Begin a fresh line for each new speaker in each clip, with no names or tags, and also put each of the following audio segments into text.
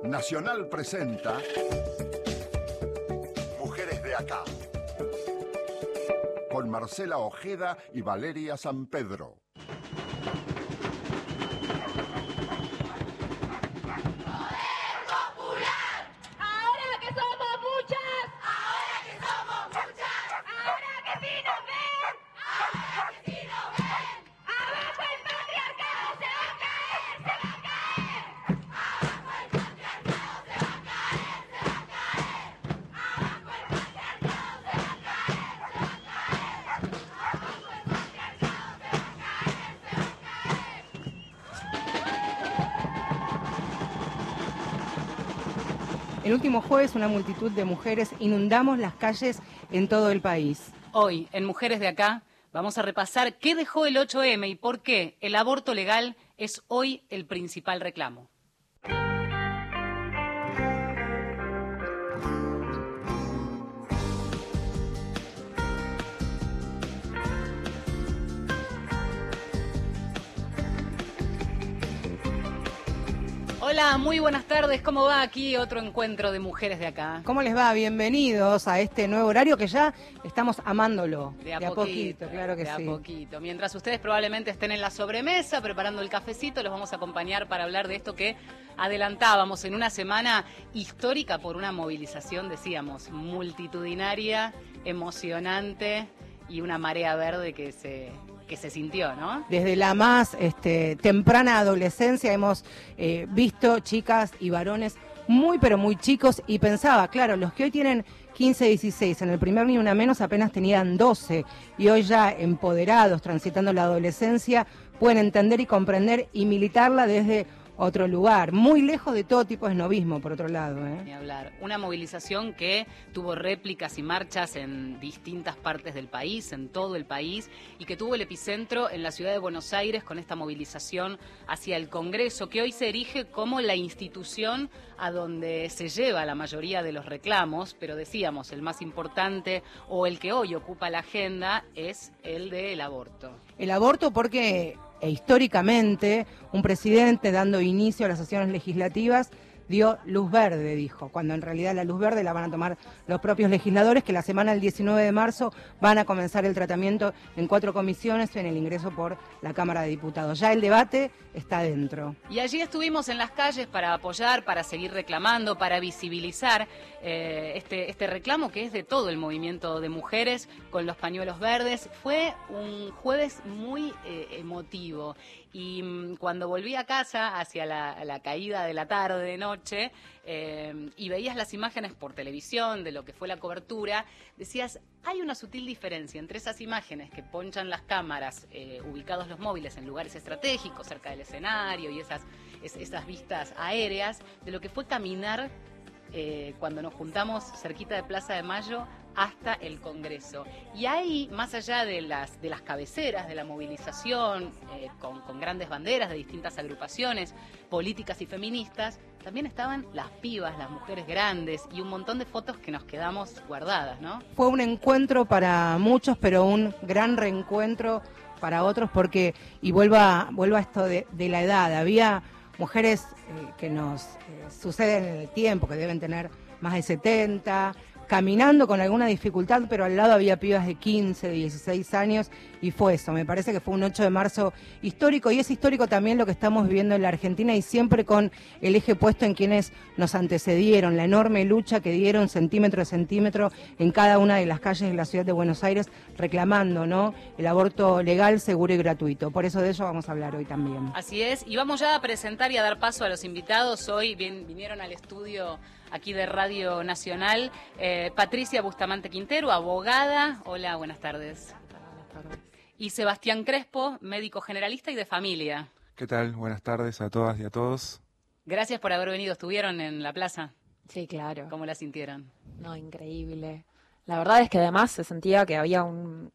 Nacional presenta Mujeres de Acá, con Marcela Ojeda y Valeria San Pedro.
El último jueves, una multitud de mujeres inundamos las calles en todo el país.
Hoy, en Mujeres de Acá, vamos a repasar qué dejó el 8M y por qué el aborto legal es hoy el principal reclamo. Hola, muy buenas tardes. ¿Cómo va aquí otro encuentro de Mujeres de Acá?
¿Cómo les va? Bienvenidos a este nuevo horario que ya estamos amándolo.
De a poquito,
claro que sí.
De a poquito. Mientras ustedes probablemente estén en la sobremesa preparando el cafecito, los vamos a acompañar para hablar de esto que adelantábamos en una semana histórica por una movilización, decíamos, multitudinaria, emocionante y una marea verde que se sintió, ¿no?
Desde la más temprana adolescencia hemos visto chicas y varones muy pero muy chicos y pensaba, claro, los que hoy tienen 15, 16, en el primer Ni Una Menos apenas tenían 12 y hoy ya empoderados, transitando la adolescencia, pueden entender y comprender y militarla desde otro lugar, muy lejos de todo tipo de esnovismo, por otro lado.
Ni hablar. Una movilización que tuvo réplicas y marchas en distintas partes del país, en todo el país, y que tuvo el epicentro en la ciudad de Buenos Aires con esta movilización hacia el Congreso, que hoy se erige como la institución a donde se lleva la mayoría de los reclamos, pero decíamos, el más importante o el que hoy ocupa la agenda es el del aborto. El aborto porque
históricamente un presidente dando inicio a las sesiones legislativas dio luz verde, dijo, cuando en realidad la luz verde la van a tomar los propios legisladores, que la semana del 19 de marzo van a comenzar el tratamiento en 4 comisiones en el ingreso por la Cámara de Diputados. Ya el debate está dentro.
Y allí estuvimos en las calles para apoyar, para seguir reclamando, para visibilizar este reclamo que es de todo el movimiento de mujeres con los pañuelos verdes. Fue un jueves muy emotivo. Y cuando volví a casa hacia la caída de la tarde, noche, y veías las imágenes por televisión de lo que fue la cobertura, decías, hay una sutil diferencia entre esas imágenes que ponchan las cámaras, ubicados los móviles en lugares estratégicos, cerca del escenario, y esas vistas aéreas, de lo que fue caminar cuando nos juntamos cerquita de Plaza de Mayo hasta el Congreso. Y ahí, más allá de las cabeceras de la movilización, con grandes banderas de distintas agrupaciones políticas y feministas, también estaban las pibas, las mujeres grandes y un montón de fotos que nos quedamos guardadas, ¿no?
Fue un encuentro para muchos, pero un gran reencuentro para otros, porque, y vuelvo a esto de la edad, había mujeres que nos suceden en el tiempo, que deben tener más de 70, caminando con alguna dificultad, pero al lado había pibas de 15, de 16 años, y fue eso. Me parece que fue un 8 de marzo histórico, y es histórico también lo que estamos viviendo en la Argentina, y siempre con el eje puesto en quienes nos antecedieron, la enorme lucha que dieron centímetro a centímetro en cada una de las calles de la ciudad de Buenos Aires, reclamando, ¿no?, el aborto legal, seguro y gratuito. Por eso de ello vamos a hablar hoy también.
Así es, y vamos ya a presentar y a dar paso a los invitados. Hoy vinieron al estudio aquí de Radio Nacional, Patricia Bustamante Quintero, abogada. Hola, buenas tardes.
Buenas tardes.
Y Sebastián Crespo, médico generalista y de familia.
¿Qué tal? Buenas tardes a todas y a todos.
Gracias por haber venido. ¿Estuvieron en la plaza?
Sí, claro.
¿Cómo la sintieron?
No, increíble. La verdad es que además se sentía que había un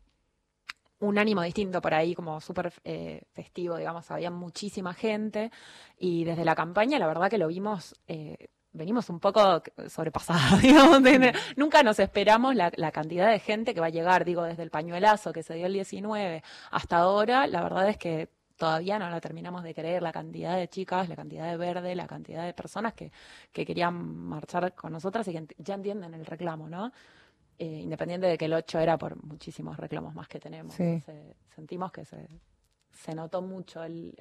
ánimo distinto por ahí, como súper festivo, digamos. Había muchísima gente y desde la campaña la verdad que lo vimos... venimos un poco sobrepasados, digamos. Nunca nos esperamos la cantidad de gente que va a llegar, digo, desde el pañuelazo que se dio el 19 hasta ahora. La verdad es que todavía no la terminamos de creer, la cantidad de chicas, la cantidad de verde, la cantidad de personas que querían marchar con nosotras y que ya entienden el reclamo, ¿no? Independiente de que el 8 era por muchísimos reclamos más que tenemos.
Sí.
Sentimos que se notó mucho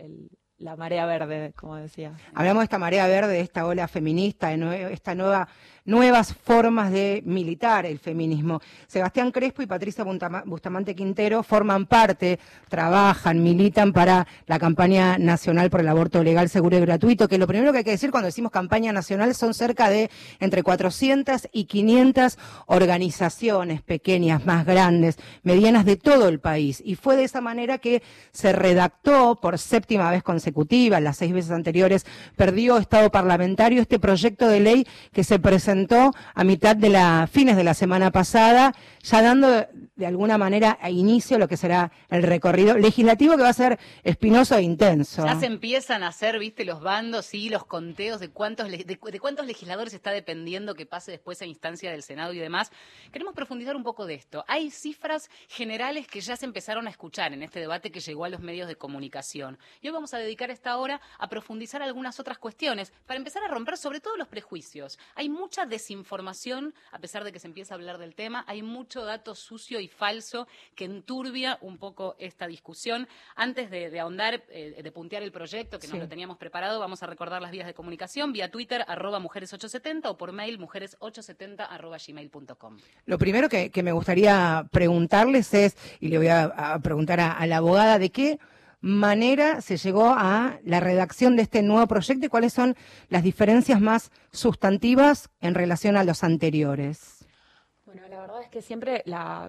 la marea verde, como decía.
Hablamos de esta marea verde, de esta ola feminista, de nuevas formas de militar el feminismo. Sebastián Crespo y Patricia Bustamante Quintero forman parte, trabajan, militan para la campaña nacional por el aborto legal, seguro y gratuito, que lo primero que hay que decir cuando decimos campaña nacional son cerca de entre 400 y 500 organizaciones pequeñas, más grandes, medianas de todo el país. Y fue de esa manera que se redactó por 7ª vez consecutiva, las 6 veces anteriores perdió estado parlamentario este proyecto de ley que se presentó a fines de la semana pasada, ya dando de alguna manera a inicio lo que será el recorrido legislativo, que va a ser espinoso e intenso.
Ya se empiezan a hacer, viste, los bandos y los conteos de cuántos legisladores está dependiendo que pase después a instancia del Senado y demás. Queremos profundizar un poco de esto. Hay cifras generales que ya se empezaron a escuchar en este debate que llegó a los medios de comunicación. Y hoy vamos a dedicar esta hora a profundizar algunas otras cuestiones, para empezar a romper sobre todo los prejuicios. Hay mucha desinformación, a pesar de que se empieza a hablar del tema, hay mucho dato sucio y falso que enturbia un poco esta discusión. Antes de ahondar, de puntear el proyecto, que nos lo teníamos preparado, vamos a recordar las vías de comunicación, vía Twitter, @mujeres870 o por mail mujeres870@gmail.com.
Lo primero que me gustaría preguntarles es, y le voy a preguntar a la abogada, ¿de qué manera se llegó a la redacción de este nuevo proyecto y cuáles son las diferencias más sustantivas en relación a los anteriores?
Bueno, la verdad es que siempre la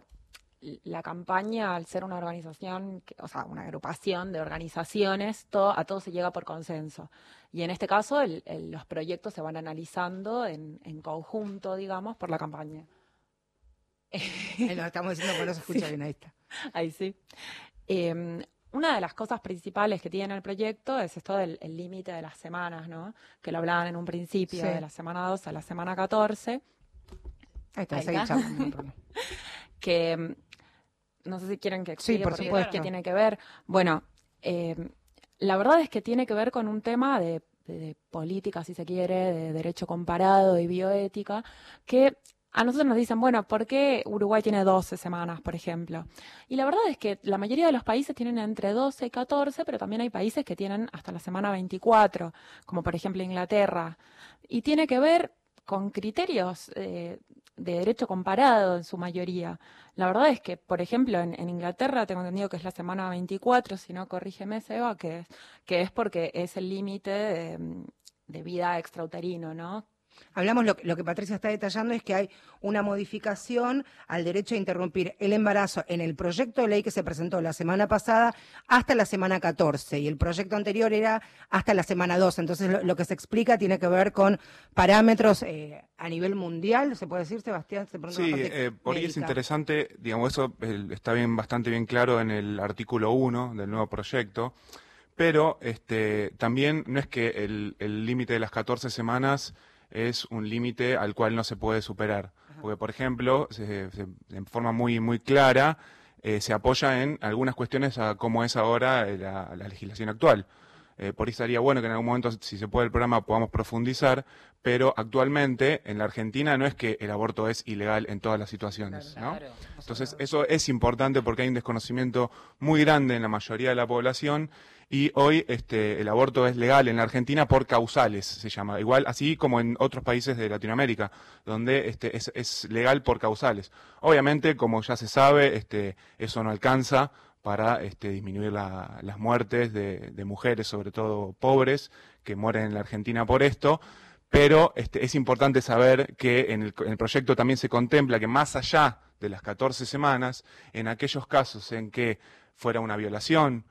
campaña, al ser una organización, o sea, una agrupación de organizaciones, a todo se llega por consenso. Y en este caso, los proyectos se van analizando en conjunto, digamos, por la campaña.
Lo estamos diciendo que no se escucha bien, ahí está.
Ahí sí. Una de las cosas principales que tiene el proyecto es esto del límite de las semanas, ¿no? Que lo hablaban en un principio, de la semana 2 a la semana 14.
Ahí está.
Que no sé si quieren que explique
por supuesto.
qué tiene que ver. Bueno, la verdad es que tiene que ver con un tema de política, si se quiere, de derecho comparado y bioética, que a nosotros nos dicen, bueno, ¿por qué Uruguay tiene 12 semanas, por ejemplo? Y la verdad es que la mayoría de los países tienen entre 12 y 14, pero también hay países que tienen hasta la semana 24, como por ejemplo Inglaterra. Y tiene que ver con criterios de derecho comparado en su mayoría. La verdad es que, por ejemplo, en Inglaterra tengo entendido que es la semana 24, si no, corrígeme, Seba, que es porque es el límite de vida extrauterino, ¿no?
Hablamos, lo que Patricia está detallando es que hay una modificación al derecho a interrumpir el embarazo en el proyecto de ley que se presentó la semana pasada hasta la semana 14 y el proyecto anterior era hasta la semana 12. Entonces lo que se explica tiene que ver con parámetros a nivel mundial, ¿se puede decir, Sebastián?
Sí, por ahí es interesante, digamos, eso está bastante bien claro en el artículo 1 del nuevo proyecto, pero también no es que el límite de las 14 semanas es un límite al cual no se puede superar. Porque, por ejemplo, en forma muy, muy clara, se apoya en algunas cuestiones a cómo es ahora la legislación actual. Por ahí estaría bueno que en algún momento, si se puede el programa, podamos profundizar, pero actualmente en la Argentina no es que el aborto es ilegal en todas las situaciones, ¿no?
Claro.
Entonces, eso es importante porque hay un desconocimiento muy grande en la mayoría de la población y hoy el aborto es legal en la Argentina por causales, se llama. Igual, así como en otros países de Latinoamérica, donde es legal por causales. Obviamente, como ya se sabe, eso no alcanza para disminuir las muertes de mujeres, sobre todo pobres, que mueren en la Argentina por esto, pero es importante saber que en el proyecto también se contempla que más allá de las 14 semanas, en aquellos casos en que fuera una violación,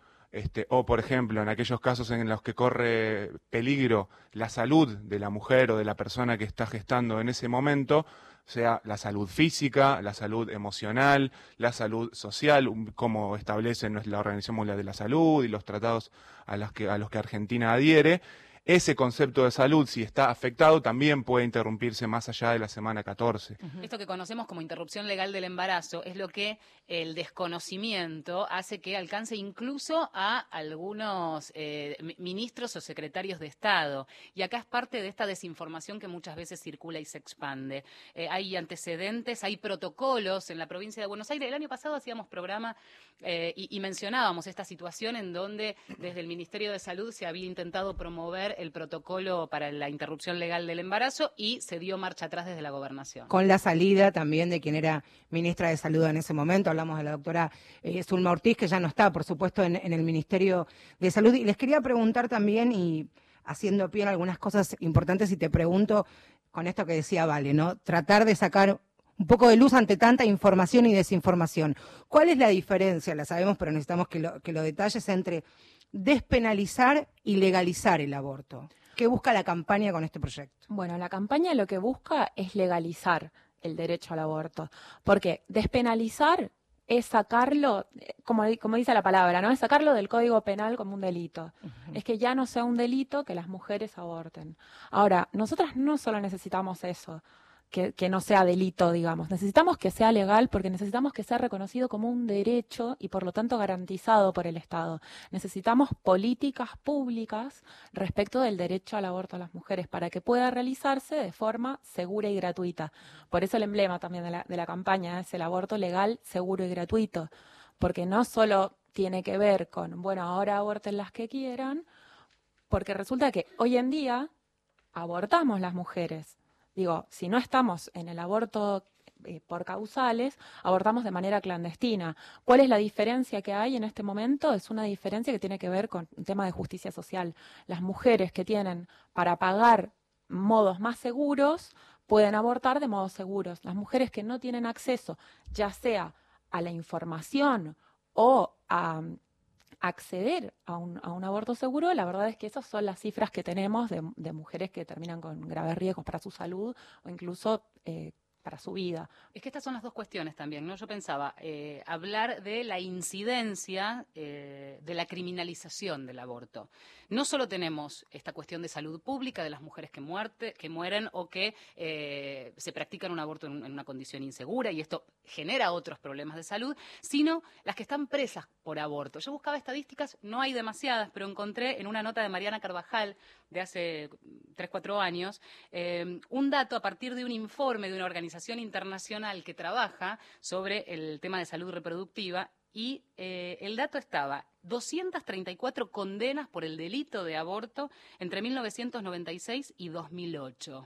o por ejemplo en aquellos casos en los que corre peligro la salud de la mujer o de la persona que está gestando en ese momento, sea la salud física, la salud emocional, la salud social, como establece la Organización Mundial de la Salud y los tratados a los que Argentina adhiere, ese concepto de salud, si está afectado, también puede interrumpirse más allá de la semana 14.
Esto que conocemos como interrupción legal del embarazo es lo que el desconocimiento hace que alcance incluso a algunos ministros o secretarios de Estado. Y acá es parte de esta desinformación que muchas veces circula y se expande. Hay antecedentes, hay protocolos en la provincia de Buenos Aires. El año pasado hacíamos programa y mencionábamos esta situación en donde desde el Ministerio de Salud se había intentado promover el protocolo para la interrupción legal del embarazo y se dio marcha atrás desde la gobernación.
Con la salida también de quien era ministra de Salud en ese momento, hablamos de la doctora Zulma Ortiz, que ya no está, por supuesto, en el Ministerio de Salud. Y les quería preguntar también, y haciendo pie en algunas cosas importantes, y te pregunto con esto que decía Vale, ¿no? Tratar de sacar un poco de luz ante tanta información y desinformación. ¿Cuál es la diferencia? La sabemos, pero necesitamos que lo detalles entre despenalizar y legalizar el aborto. ¿Qué busca la campaña con este proyecto?
Bueno, la campaña lo que busca es legalizar el derecho al aborto, porque despenalizar es sacarlo, como dice la palabra, ¿no? Es sacarlo del Código Penal como un delito. Es que ya no sea un delito que las mujeres aborten. Ahora, nosotras no solo necesitamos eso, que no sea delito, digamos. Necesitamos que sea legal porque necesitamos que sea reconocido como un derecho y por lo tanto garantizado por el Estado. Necesitamos políticas públicas respecto del derecho al aborto a las mujeres para que pueda realizarse de forma segura y gratuita. Por eso el emblema también de la campaña es el aborto legal, seguro y gratuito. Porque no solo tiene que ver con, bueno, ahora aborten las que quieran, porque resulta que hoy en día abortamos las mujeres. Digo, si no estamos en el aborto por causales, abortamos de manera clandestina. ¿Cuál es la diferencia que hay en este momento? Es una diferencia que tiene que ver con un tema de justicia social. Las mujeres que tienen para pagar modos más seguros pueden abortar de modos seguros. Las mujeres que no tienen acceso, ya sea a la información o a acceder a un aborto seguro, la verdad es que esas son las cifras que tenemos de mujeres que terminan con graves riesgos para su salud o incluso para su vida.
Es que estas son las dos cuestiones también, ¿no? Yo pensaba hablar de la incidencia de la criminalización del aborto. No solo tenemos esta cuestión de salud pública de las mujeres que mueren o que se practican un aborto en una condición insegura y esto genera otros problemas de salud, sino las que están presas por aborto. Yo buscaba estadísticas, no hay demasiadas, pero encontré en una nota de Mariana Carvajal de hace 3-4 años un dato a partir de un informe de una organización internacional que trabaja sobre el tema de salud reproductiva y el dato estaba 234 condenas por el delito de aborto entre 1996 y 2008.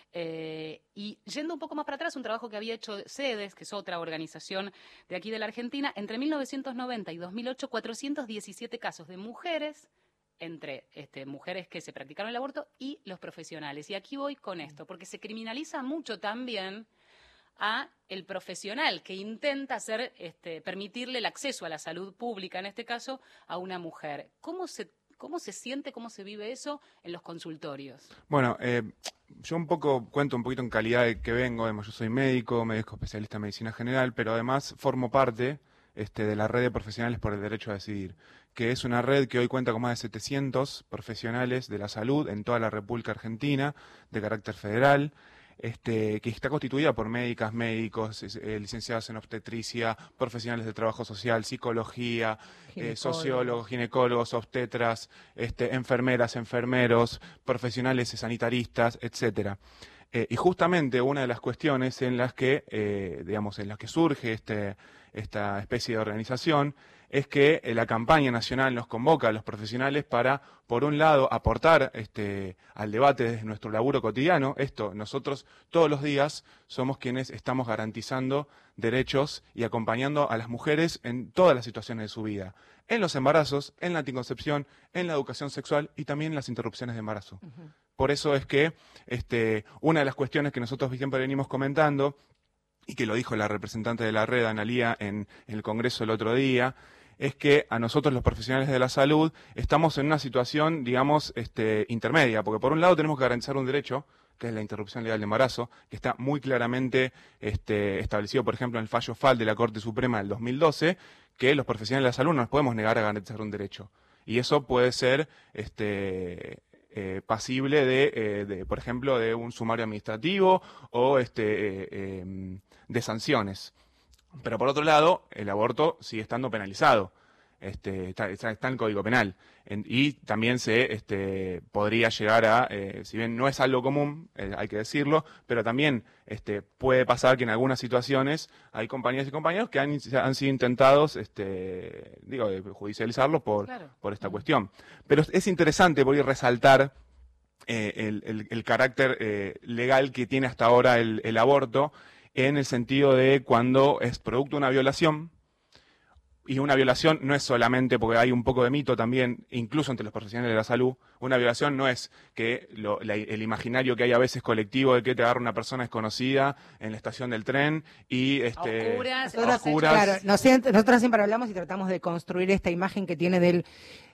Y yendo un poco más para atrás, un trabajo que había hecho CEDES, que es otra organización de aquí de la Argentina, entre 1990 y 2008, 417 casos de mujeres entre mujeres que se practicaron el aborto y los profesionales. Y aquí voy con esto, porque se criminaliza mucho también a el profesional que intenta permitirle el acceso a la salud pública, en este caso, a una mujer. ¿Cómo se siente, cómo se vive eso en los consultorios?
Bueno, yo cuento un poquito en calidad de que vengo, además yo soy médico especialista en medicina general, pero además formo parte de la red de profesionales por el derecho a decidir, que es una red que hoy cuenta con más de 700 profesionales de la salud en toda la República Argentina, de carácter federal, que está constituida por médicas, médicos, licenciados en obstetricia, profesionales de trabajo social, psicología, sociólogos, ginecólogos, obstetras, enfermeras, enfermeros, profesionales sanitaristas, etcétera. Y justamente una de las cuestiones en las que surge esta especie de organización es que la campaña nacional nos convoca a los profesionales para, por un lado, aportar al debate desde nuestro laburo cotidiano. Nosotros todos los días somos quienes estamos garantizando derechos y acompañando a las mujeres en todas las situaciones de su vida, en los embarazos, en la anticoncepción, en la educación sexual y también en las interrupciones de embarazo. Por eso es que una de las cuestiones que nosotros siempre venimos comentando, y que lo dijo la representante de la red, Analía, en el Congreso el otro día, es que a nosotros los profesionales de la salud estamos en una situación, digamos, intermedia, porque por un lado tenemos que garantizar un derecho, que es la interrupción legal de embarazo, que está muy claramente establecido, por ejemplo, en el fallo FAL de la Corte Suprema del 2012, que los profesionales de la salud no nos podemos negar a garantizar un derecho. Y eso puede ser pasible por ejemplo, de un sumario administrativo o de sanciones. Pero por otro lado, el aborto sigue estando penalizado. Está en el Código Penal. Y también se podría llegar a, si bien no es algo común, hay que decirlo, pero también puede pasar que en algunas situaciones hay compañeras y compañeros que han sido intentados, de judicializarlos por esta cuestión. Pero es interesante por resaltar el carácter legal que tiene hasta ahora el aborto, en el sentido de cuando es producto de una violación. Y una violación no es solamente, porque hay un poco de mito también, incluso entre los profesionales de la salud, una violación no es que el imaginario que hay a veces colectivo de que te agarra una persona desconocida en la estación del tren y
a oscuras.
Claro, nosotros siempre hablamos y tratamos de construir esta imagen que tiene del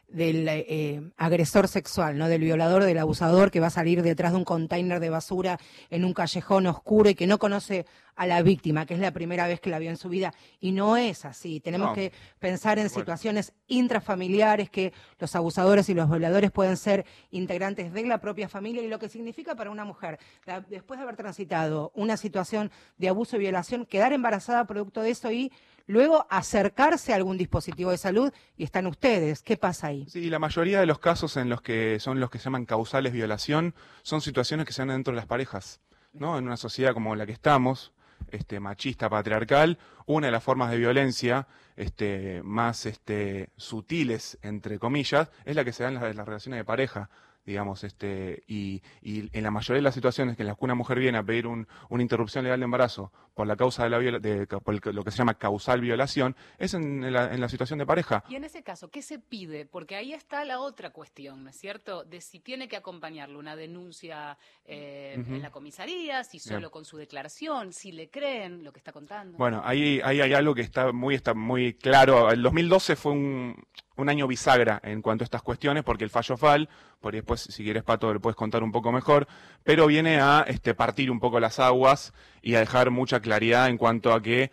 agresor sexual, ¿no? Del violador, del abusador que va a salir detrás de un container de basura en un callejón oscuro y que no conoce a la víctima, que es la primera vez que la vio en su vida. Y no es así. Tenemos que pensar en situaciones intrafamiliares, que los abusadores y los violadores pueden ser integrantes de la propia familia, y lo que significa para una mujer, después de haber transitado una situación de abuso y violación, quedar embarazada producto de eso y luego acercarse a algún dispositivo de salud, y están ustedes. ¿Qué pasa ahí?
Sí, la mayoría de los casos en los que son los que se llaman causales violación son situaciones que se dan dentro de las parejas, ¿no? En una sociedad como la que estamos, machista, patriarcal, una de las formas de violencia más sutiles, entre comillas, es la que se da en las relaciones de pareja. Digamos, y en la mayoría de las situaciones en las que una mujer viene a pedir una interrupción legal de embarazo por la causa por lo que se llama causal violación, es en la situación de pareja.
Y en ese caso, ¿qué se pide? Porque ahí está la otra cuestión, ¿no es cierto? De si tiene que acompañarle una denuncia en la comisaría, si solo con su declaración, si le creen lo que está contando.
Bueno, ahí hay algo que está muy claro. El 2012 fue un año bisagra en cuanto a estas cuestiones, porque el fallo FAL, por ahí después, si quieres, Pato, le puedes contar un poco mejor, pero viene a partir un poco las aguas y a dejar mucha claridad en cuanto a que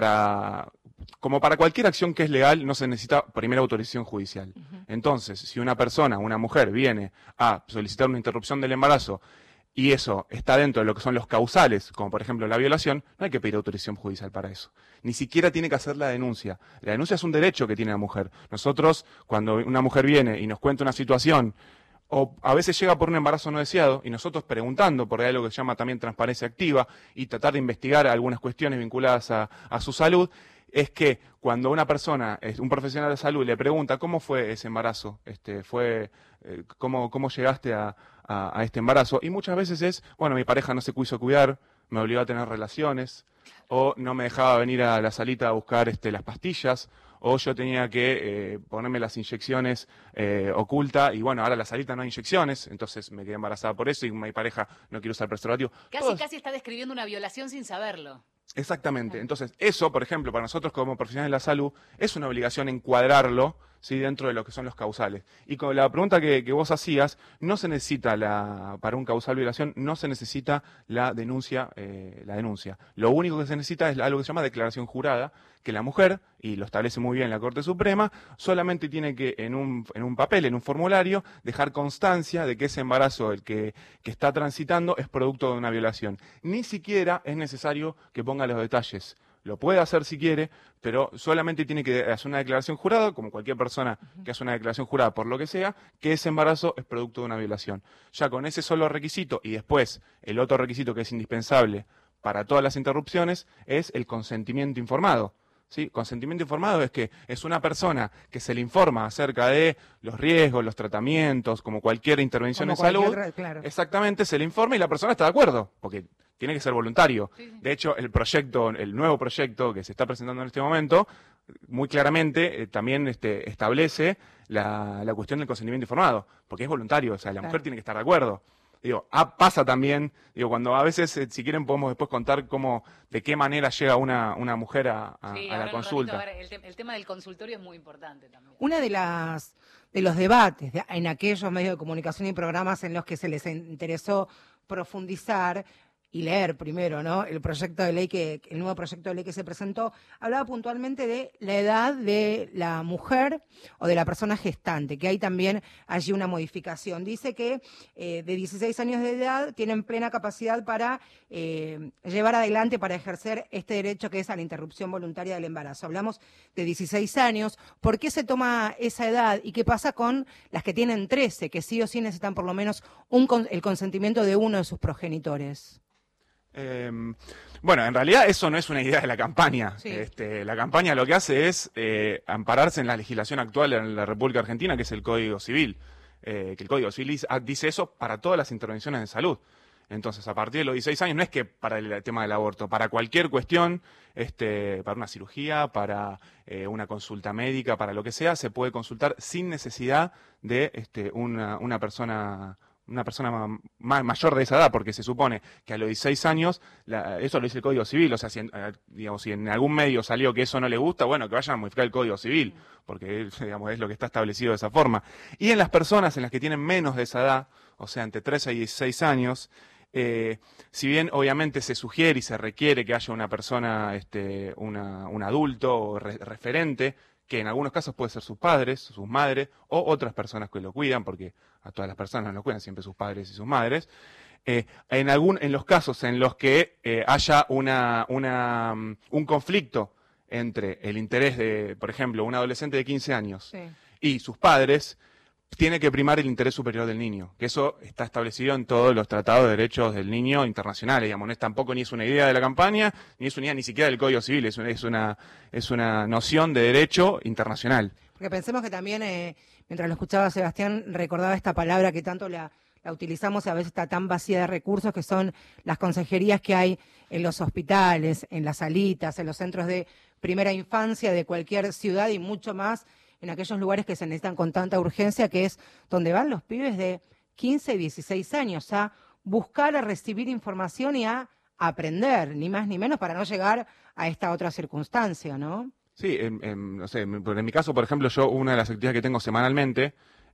como para cualquier acción que es legal, no se necesita primera autorización judicial. Entonces, si una mujer, viene a solicitar una interrupción del embarazo, y eso está dentro de lo que son los causales, como por ejemplo la violación, no hay que pedir autorización judicial para eso. Ni siquiera tiene que hacer la denuncia. La denuncia es un derecho que tiene la mujer. Nosotros, cuando una mujer viene y nos cuenta una situación, o a veces llega por un embarazo no deseado, y nosotros preguntando, porque hay algo que se llama también transparencia activa, y tratar de investigar algunas cuestiones vinculadas a su salud, es que cuando una persona, un profesional de salud, le pregunta cómo fue ese embarazo, cómo llegaste a este embarazo, y muchas veces es, bueno, mi pareja no se quiso cuidar, me obligó a tener relaciones, o no me dejaba venir a la salita a buscar las pastillas, o yo tenía que ponerme las inyecciones oculta, y bueno, ahora en la salita no hay inyecciones, entonces me quedé embarazada por eso, y mi pareja no quiere usar preservativo.
Casi está describiendo una violación sin saberlo.
Exactamente. Entonces, eso, por ejemplo, para nosotros como profesionales de la salud, es una obligación encuadrarlo, ¿sí?, dentro de lo que son los causales. Y con la pregunta que vos hacías, no se necesita para un causal violación, no se necesita la denuncia. Lo único que se necesita es algo que se llama declaración jurada, que la mujer, y lo establece muy bien la Corte Suprema, solamente tiene que en un papel, en un formulario, dejar constancia de que ese embarazo, el que está transitando, es producto de una violación. Ni siquiera es necesario que ponga los detalles. Lo puede hacer si quiere, pero solamente tiene que hacer una declaración jurada, como cualquier persona que hace una declaración jurada por lo que sea, que ese embarazo es producto de una violación. Ya con ese solo requisito, y después el otro requisito que es indispensable para todas las interrupciones, es el consentimiento informado. ¿Sí? Consentimiento informado es que es una persona que se le informa acerca de los riesgos, los tratamientos, como cualquier intervención en salud.
Claro.
Exactamente, se le informa y la persona está de acuerdo, porque tiene que ser voluntario.
Sí.
De hecho, el nuevo proyecto que se está presentando en este momento, muy claramente también establece la cuestión del consentimiento informado, porque es voluntario, o sea, la mujer tiene que estar de acuerdo. Pasa también, cuando a veces, si quieren, podemos después contar de qué manera llega una mujer a la consulta.
El tema del consultorio es muy importante también.
Una de los debates en aquellos medios de comunicación y programas en los que se les interesó profundizar y leer primero, ¿no? El nuevo proyecto de ley que se presentó, hablaba puntualmente de la edad de la mujer o de la persona gestante, que hay también allí una modificación. Dice que de 16 años de edad tienen plena capacidad para llevar adelante, para ejercer este derecho que es a la interrupción voluntaria del embarazo. Hablamos de 16 años. ¿Por qué se toma esa edad y qué pasa con las que tienen 13, que sí o sí necesitan por lo menos el consentimiento de uno de sus progenitores?
Bueno, en realidad eso no es una idea de la campaña.
Sí.
La campaña lo que hace es ampararse en la legislación actual en la República Argentina, que es el Código Civil. Que el Código Civil dice eso para todas las intervenciones de salud. Entonces, a partir de los 16 años, no es que para el tema del aborto, para cualquier cuestión, para una cirugía, para una consulta médica, para lo que sea, se puede consultar sin necesidad de una persona mayor de esa edad, porque se supone que a los 16 años, eso lo dice el Código Civil, o sea, si en algún medio salió que eso no le gusta, bueno, que vayan a modificar el Código Civil, porque digamos, es lo que está establecido de esa forma. Y en las personas en las que tienen menos de esa edad, o sea, entre 13 y 16 años, si bien obviamente se sugiere y se requiere que haya una persona, un adulto o referente, que en algunos casos puede ser sus padres, sus madres o otras personas que lo cuidan, porque a todas las personas lo cuidan siempre sus padres y sus madres. En los casos en los que haya un conflicto entre el interés de, por ejemplo, un adolescente de 15 años
Sí.
y sus padres, tiene que primar el interés superior del niño, que eso está establecido en todos los tratados de derechos del niño internacionales, digamos, no es tampoco ni es una idea de la campaña, ni es una idea ni siquiera del Código Civil, es una noción de derecho internacional.
Porque pensemos que también, mientras lo escuchaba Sebastián, recordaba esta palabra que tanto la utilizamos y a veces está tan vacía de recursos, que son las consejerías que hay en los hospitales, en las salitas, en los centros de primera infancia de cualquier ciudad y mucho más en aquellos lugares que se necesitan con tanta urgencia, que es donde van los pibes de 15 y 16 años a buscar, a recibir información y a aprender, ni más ni menos, para no llegar a esta otra circunstancia, ¿no?
Sí, no sé, en mi caso, por ejemplo, yo una de las actividades que tengo semanalmente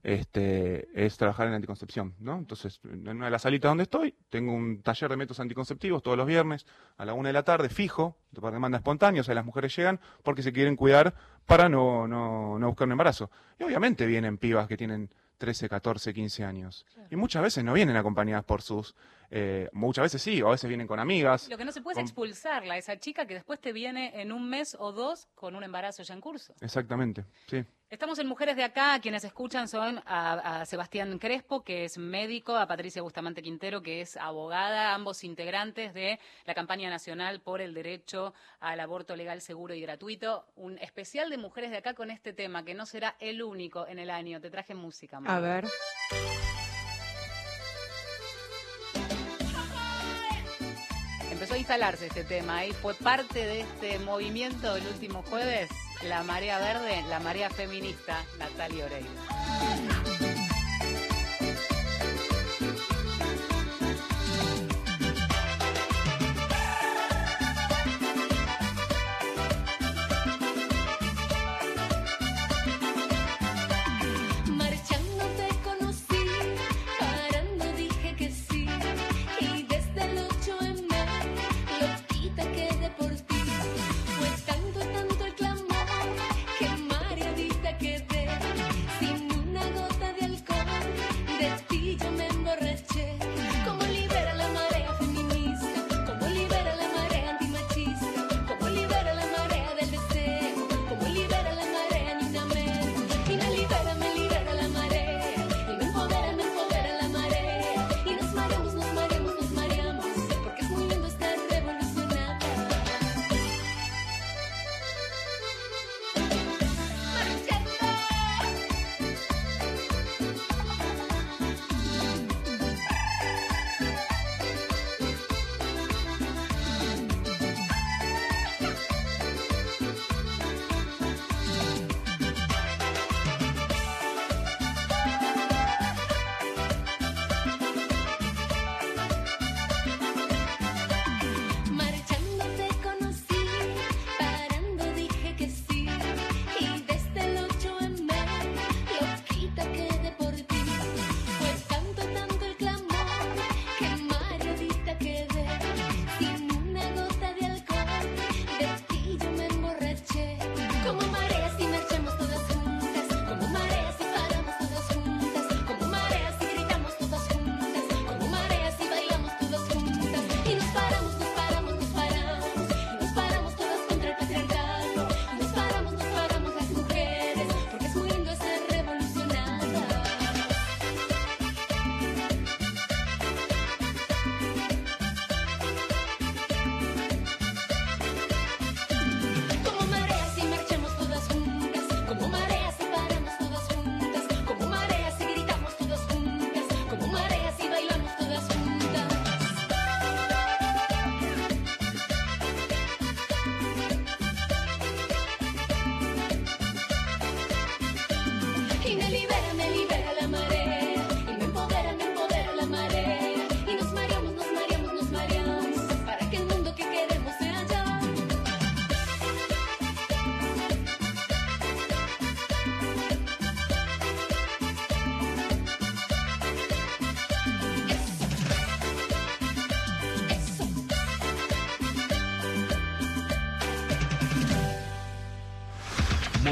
es trabajar en anticoncepción, ¿no? Entonces, en una de las salitas donde estoy, tengo un taller de métodos anticonceptivos todos los viernes a la 1 de la tarde, fijo, por demanda espontánea, o sea, las mujeres llegan porque se quieren cuidar para no buscar un embarazo. Y obviamente vienen pibas que tienen 13, 14, 15 años. Claro. Y muchas veces no vienen acompañadas por sus... muchas veces sí, o a veces vienen con amigas.
Lo que no se puede es expulsarla, esa chica que después te viene en un mes o dos con un embarazo ya en curso.
Exactamente, sí.
Estamos en Mujeres de Acá, quienes escuchan son a Sebastián Crespo, que es médico, a Patricia Bustamante Quintero, que es abogada, ambos integrantes de la campaña nacional por el derecho al aborto legal, seguro y gratuito. Un especial de Mujeres de Acá con este tema, que no será el único en el año. Te traje música, María.
A ver.
Empezó a instalarse este tema y fue parte de este movimiento el último jueves, la marea verde, la marea feminista, Natalia Oreiro.
Fue tanto el clamor que mareadita quedé sin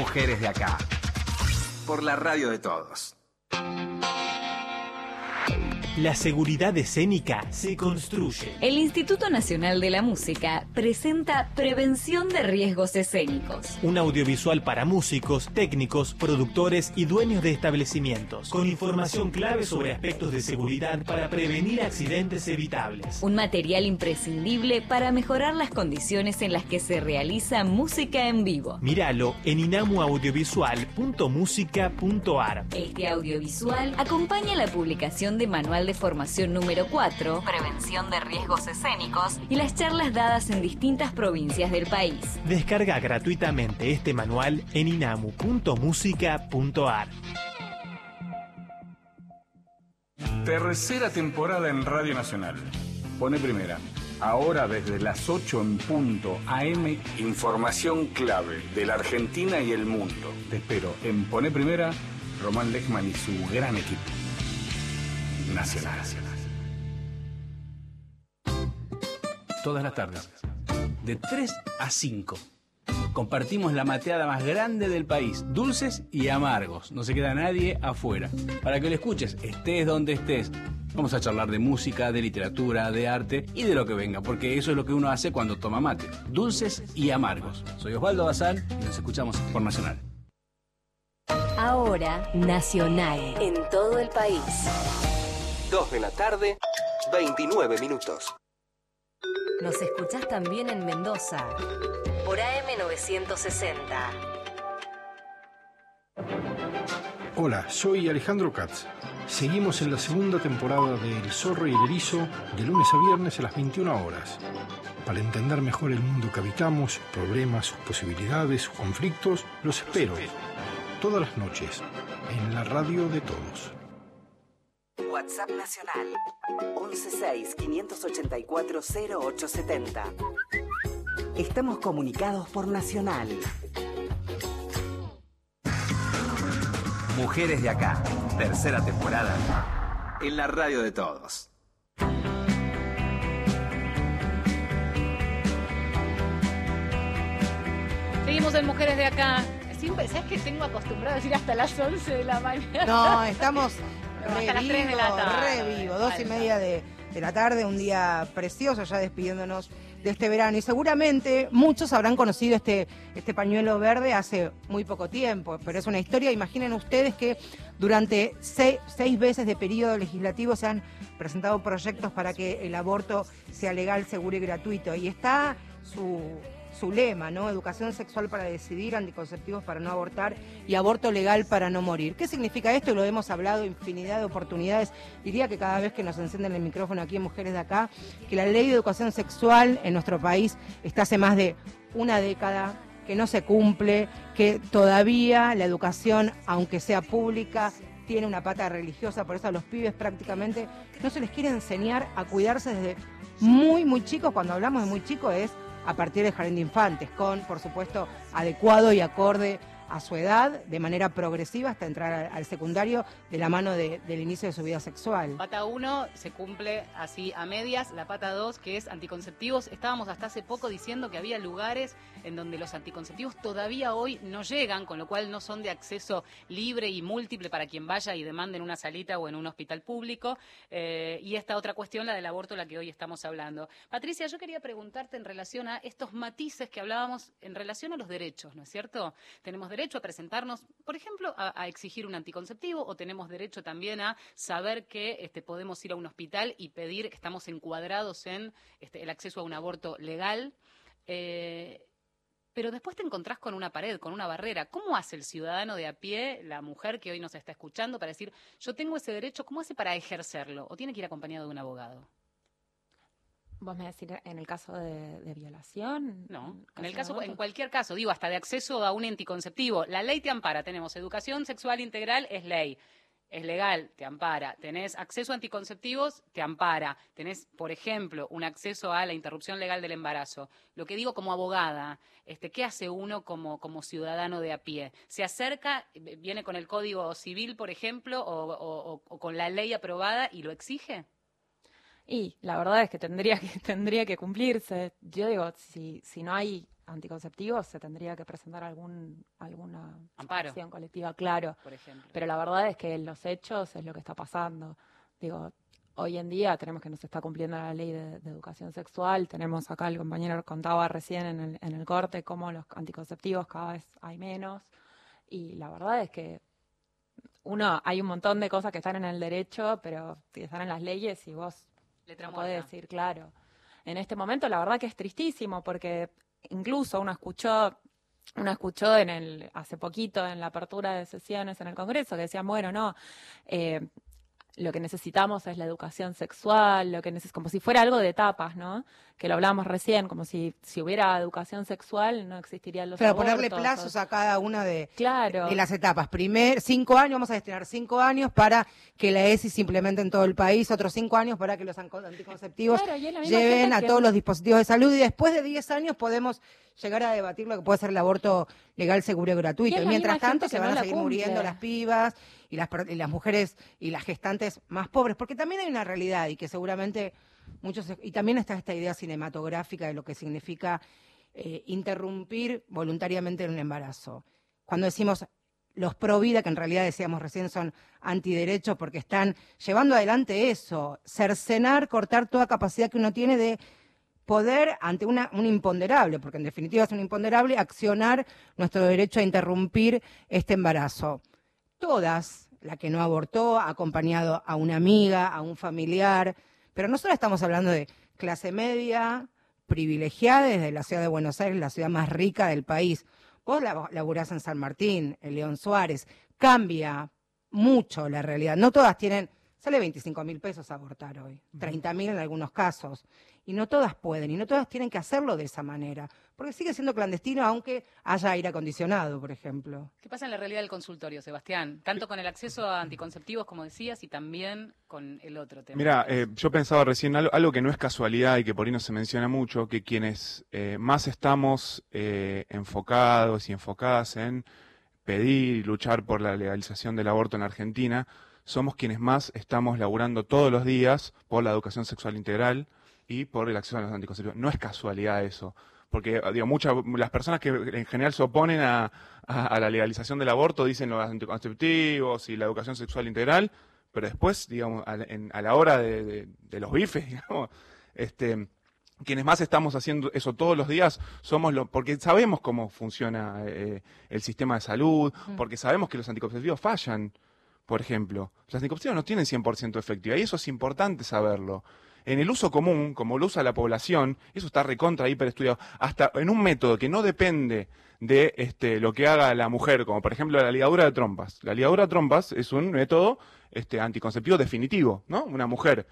Mujeres de Acá. Por la radio de todos.
La seguridad escénica se construye.
El Instituto Nacional de la Música presenta Prevención de Riesgos Escénicos.
Un audiovisual para músicos, técnicos, productores y dueños de establecimientos, con información clave sobre aspectos de seguridad para prevenir accidentes evitables.
Un material imprescindible para mejorar las condiciones en las que se realiza música en vivo.
Míralo en inamuaudiovisual.musica.ar.
Este audiovisual acompaña la publicación de Manual de Formación número 4, Prevención de Riesgos Escénicos, y las charlas dadas en distintas provincias del país.
Descarga gratuitamente este manual en inamu.musica.ar.
Tercera temporada en Radio Nacional. Pone primera. Ahora desde las 8 en punto AM, información clave de la Argentina y el mundo. Te espero en Pone Primera, Román Lechman y su gran equipo. Nacional.
Todas las tardes, de 3 a 5. Compartimos la mateada más grande del país, dulces y amargos. No se queda nadie afuera. Para que lo escuches, estés donde estés. Vamos a charlar de música, de literatura, de arte y de lo que venga, porque eso es lo que uno hace cuando toma mate. Dulces y amargos. Soy Osvaldo Bazán y nos escuchamos por Nacional.
Ahora, Nacional, en todo el país.
2 de la tarde, 29 minutos.
Nos escuchás también en Mendoza, por AM 960.
Hola, soy Alejandro Katz. Seguimos en la segunda temporada de El Zorro y el Erizo, de lunes a viernes a las 21 horas. Para entender mejor el mundo que habitamos, sus problemas, sus posibilidades, sus conflictos, los espero todas las noches en la radio de todos.
WhatsApp Nacional 116-584-0870. Estamos comunicados por Nacional.
Mujeres de Acá, tercera temporada, en la radio de todos.
Seguimos en Mujeres de Acá. Siempre, ¿sabes que tengo acostumbrado a decir hasta las 11 de la mañana?
No, estamos
hasta las 3 de la tarde.
Re vivo, 2:30 de la tarde, un día precioso, ya despidiéndonos de este verano. Y seguramente muchos habrán conocido este pañuelo verde hace muy poco tiempo, pero es una historia. Imaginen ustedes que durante 6 veces de periodo legislativo se han presentado proyectos para que el aborto sea legal, seguro y gratuito. Y está su lema, ¿no? Educación sexual para decidir, anticonceptivos para no abortar y aborto legal para no morir. ¿Qué significa esto? Y lo hemos hablado infinidad de oportunidades. Diría que cada vez que nos encienden el micrófono aquí en Mujeres de Acá, que la ley de educación sexual en nuestro país está hace más de una década, que no se cumple, que todavía la educación, aunque sea pública, tiene una pata religiosa, por eso a los pibes prácticamente no se les quiere enseñar a cuidarse desde muy, muy chicos. Cuando hablamos de muy chicos es a partir del jardín de infantes, con, por supuesto, adecuado y acorde a su edad, de manera progresiva, hasta entrar al secundario, de la mano del inicio de su vida sexual.
Pata 1 se cumple así a medias, la pata 2, que es anticonceptivos. Estábamos hasta hace poco diciendo que había lugares en donde los anticonceptivos todavía hoy no llegan, con lo cual no son de acceso libre y múltiple para quien vaya y demande en una salita o en un hospital público. Y esta otra cuestión, la del aborto, la que hoy estamos hablando. Patricia, yo quería preguntarte en relación a estos matices que hablábamos en relación a los derechos, ¿no es cierto? Tenemos derecho a presentarnos, por ejemplo, a exigir un anticonceptivo, o tenemos derecho también a saber que podemos ir a un hospital y pedir que estamos encuadrados en el acceso a un aborto legal. Pero después te encontrás con una pared, con una barrera. ¿Cómo hace el ciudadano de a pie, la mujer que hoy nos está escuchando, para decir, yo tengo ese derecho, ¿cómo hace para ejercerlo? ¿O tiene que ir acompañado de un abogado?
¿Vos me decís en el caso de violación?
No, en cualquier caso, digo, hasta de acceso a un anticonceptivo. La ley te ampara, tenemos educación sexual integral, es ley. Es legal, te ampara. Tenés acceso a anticonceptivos, te ampara. Tenés, por ejemplo, un acceso a la interrupción legal del embarazo. Lo que digo como abogada, ¿qué hace uno como ciudadano de a pie? ¿Se acerca, viene con el Código Civil, por ejemplo, o con la ley aprobada y lo exige?
Y la verdad es que tendría que cumplirse. Yo digo, si no hay anticonceptivos se tendría que presentar alguna
amparo,
acción colectiva, claro.
Por ejemplo.
Pero la verdad es que los hechos es lo que está pasando. Digo, hoy en día tenemos que no se está cumpliendo la ley de educación sexual, tenemos acá, el compañero contaba recién en el corte, cómo los anticonceptivos cada vez hay menos, y la verdad es que hay un montón de cosas que están en el derecho, pero que están en las leyes y vos
Letra
no podés
muerta.
decir, claro. En este momento la verdad que es tristísimo, porque incluso uno escuchó hace poquito en la apertura de sesiones en el Congreso que decían, bueno, no, lo que necesitamos es la educación sexual, como si fuera algo de etapas, ¿no? Que lo hablamos recién, como si hubiera educación sexual no existirían los
Pero
abortos.
ponerle plazos a cada una de
Claro.
las etapas. 5 años, vamos a destinar 5 años para que la ESI se implemente en todo el país, otros 5 años para que los anticonceptivos
Claro, y es la misma
lleven
gente
a
que-
todos los dispositivos de salud, y después de 10 años podemos llegar a debatir lo que puede ser el aborto legal, seguro y gratuito.
Y es
Y
la
mientras
misma
tanto
gente
se
que
van
no
a
la
seguir
cumple.
muriendo las pibas y las mujeres y las gestantes más pobres, porque también hay una realidad y que seguramente y también está esta idea cinematográfica de lo que significa interrumpir voluntariamente un embarazo. Cuando decimos los pro vida, que en realidad decíamos recién son antiderechos porque están llevando adelante eso, cercenar, cortar toda capacidad que uno tiene de poder ante un imponderable, porque en definitiva es un imponderable, accionar nuestro derecho a interrumpir este embarazo. Todas, la que no abortó, ha acompañado a una amiga, a un familiar, pero no solo estamos hablando de clase media, privilegiada desde la ciudad de Buenos Aires, la ciudad más rica del país. Vos laburás en San Martín, en León Suárez, cambia mucho la realidad. No todas sale 25.000 pesos abortar hoy, 30.000 en algunos casos, y no todas pueden, y no todas tienen que hacerlo de esa manera, porque sigue siendo clandestino aunque haya aire acondicionado, por ejemplo.
¿Qué pasa en la realidad del consultorio, Sebastián? Tanto con el acceso a anticonceptivos, como decías, y también con el otro tema.
Mira, yo pensaba recién algo que no es casualidad y que por ahí no se menciona mucho, que quienes más estamos enfocados y enfocadas en pedir y luchar por la legalización del aborto en Argentina, somos quienes más estamos laburando todos los días por la educación sexual integral y por el acceso a los anticonceptivos. No es casualidad eso, porque las personas que en general se oponen a la legalización del aborto dicen los anticonceptivos y la educación sexual integral, pero después, digamos, a la hora de los bifes, digamos, quienes más estamos haciendo eso todos los días somos porque sabemos cómo funciona el sistema de salud, porque sabemos que los anticonceptivos fallan, por ejemplo. Los anticonceptivos no tienen 100% efectividad y eso es importante saberlo. En el uso común, como lo usa la población, eso está recontra hiper estudiado, hasta en un método que no depende de lo que haga la mujer, como por ejemplo la ligadura de trompas. La ligadura de trompas es un método anticonceptivo definitivo, ¿no? Una mujer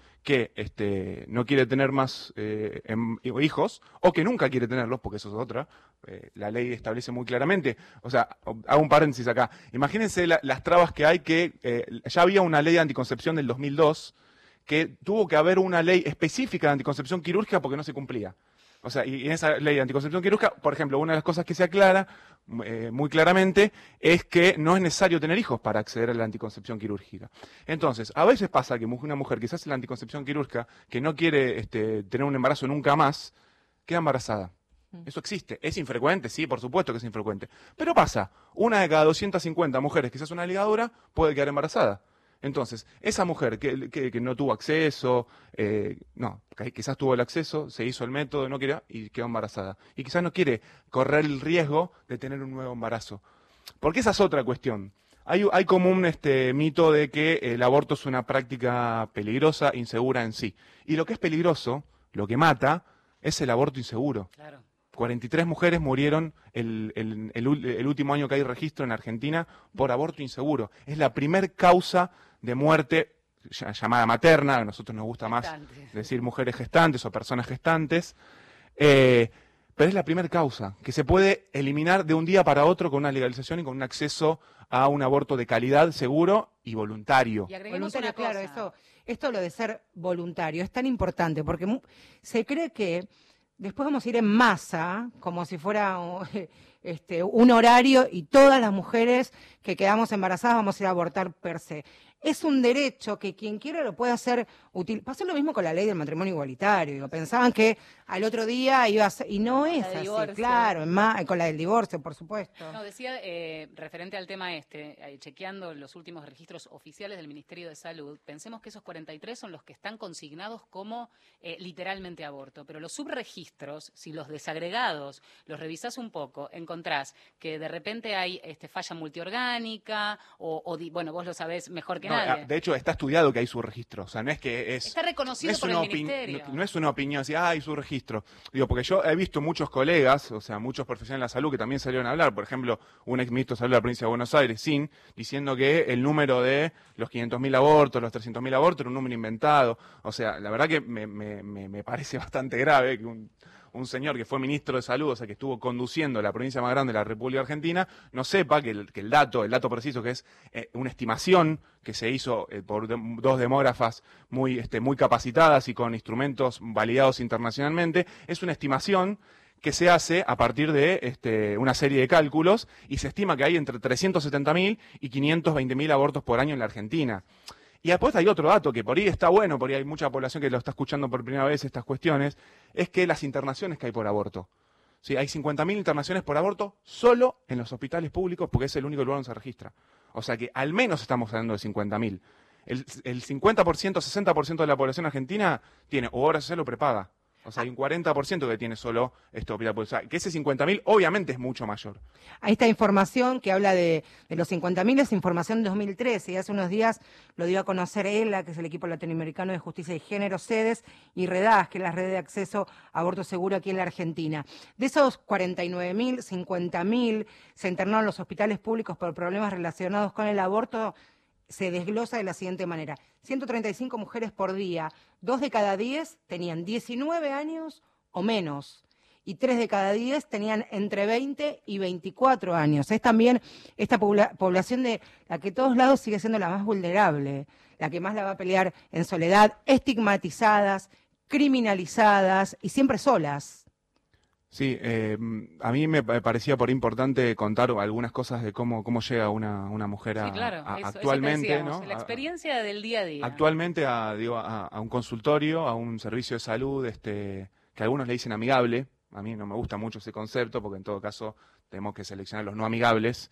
que no quiere tener más hijos, o que nunca quiere tenerlos, porque eso es otra, la ley establece muy claramente. O sea, hago un paréntesis acá. Imagínense las trabas que hay, ya había una ley de anticoncepción del 2002, que tuvo que haber una ley específica de anticoncepción quirúrgica porque no se cumplía. O sea, y en esa ley de anticoncepción quirúrgica, por ejemplo, una de las cosas que se aclara muy claramente es que no es necesario tener hijos para acceder a la anticoncepción quirúrgica. Entonces, a veces pasa que una mujer que se hace la anticoncepción quirúrgica, que no quiere tener un embarazo nunca más, queda embarazada. Eso existe. ¿Es infrecuente? Sí, por supuesto que es infrecuente. Pero pasa, una de cada 250 mujeres que se hace una ligadura puede quedar embarazada. Entonces, esa mujer que no tuvo acceso, quizás tuvo el acceso, se hizo el método, no quería y quedó embarazada. Y quizás no quiere correr el riesgo de tener un nuevo embarazo. Porque esa es otra cuestión. Hay como un mito de que el aborto es una práctica peligrosa, insegura en sí. Y lo que es peligroso, lo que mata, es el aborto inseguro.
Claro.
43 mujeres murieron el último año que hay registro en Argentina por aborto inseguro. Es la primer causa de muerte llamada materna, a nosotros nos gusta más decir mujeres gestantes o personas gestantes, pero es la primer causa que se puede eliminar de un día para otro con una legalización y con un acceso a un aborto de calidad, seguro y voluntario.
Y agreguemos
Voluntario,
una cosa.
claro, esto lo de ser voluntario es tan importante porque se cree que después vamos a ir en masa, como si fuera un horario, y todas las mujeres que quedamos embarazadas vamos a ir a abortar per se. es un derecho que quien quiera lo puede hacer útil. Pasó lo mismo con la ley del matrimonio igualitario. Digo, pensaban que al otro día iba a ser, y no es así,
divorcio.
claro, con la del divorcio, por supuesto.
No, decía, referente al tema chequeando los últimos registros oficiales del Ministerio de Salud, pensemos que esos 43 son los que están consignados como literalmente aborto, pero los subregistros, si los desagregados los revisás un poco, encontrás que de repente hay falla multiorgánica, bueno, vos lo sabés mejor que nadie.
De hecho, está estudiado que hay subregistro, o sea, no es que es...
Está reconocido por el Ministerio.
No es una opinión, así, hay subregistro. Digo, porque yo he visto muchos colegas, o sea, muchos profesionales de la salud que también salieron a hablar, por ejemplo, un ex ministro de Salud de la provincia de Buenos Aires, diciendo que el número de los 500.000 abortos, los 300.000 abortos era un número inventado. O sea, la verdad que me parece bastante grave que un señor que fue ministro de Salud, o sea, que estuvo conduciendo la provincia más grande de la República Argentina, no sepa que el dato preciso, que es una estimación que se hizo por dos demógrafas muy capacitadas y con instrumentos validados internacionalmente, es una estimación que se hace a partir de una serie de cálculos, y se estima que hay entre 370.000 y 520.000 abortos por año en la Argentina. Y después hay otro dato que por ahí está bueno, por ahí hay mucha población que lo está escuchando por primera vez estas cuestiones, es que las internaciones que hay por aborto. Sí, hay 50.000 internaciones por aborto solo en los hospitales públicos, porque es el único lugar donde se registra. O sea que al menos estamos hablando de 50.000. El 50%, 60% de la población argentina tiene o obra social o prepaga. O sea, hay un 40% que tiene solo hospital público. O sea, que ese 50.000 obviamente es mucho mayor.
Ahí está información que habla de los 50.000, es información de 2013, y hace unos días lo dio a conocer ELA, que es el equipo latinoamericano de justicia y género, SEDES, y REDAS, que es la red de acceso a aborto seguro aquí en la Argentina. De esos 49.000, 50.000 se internaron en los hospitales públicos por problemas relacionados con el aborto. Se desglosa de la siguiente manera: 135 mujeres por día, 2 de cada 10 tenían 19 años o menos, y 3 de cada 10 tenían entre 20 y 24 años. Es también esta población de la que todos lados sigue siendo la más vulnerable, la que más la va a pelear en soledad, estigmatizadas, criminalizadas y siempre solas.
Sí, a mí me parecía por importante contar algunas cosas de cómo llega una mujer actualmente,
eso ¿no? La experiencia del día a día.
Actualmente a un consultorio, a un servicio de salud, que algunos le dicen amigable. A mí no me gusta mucho ese concepto, porque en todo caso tenemos que seleccionar los no amigables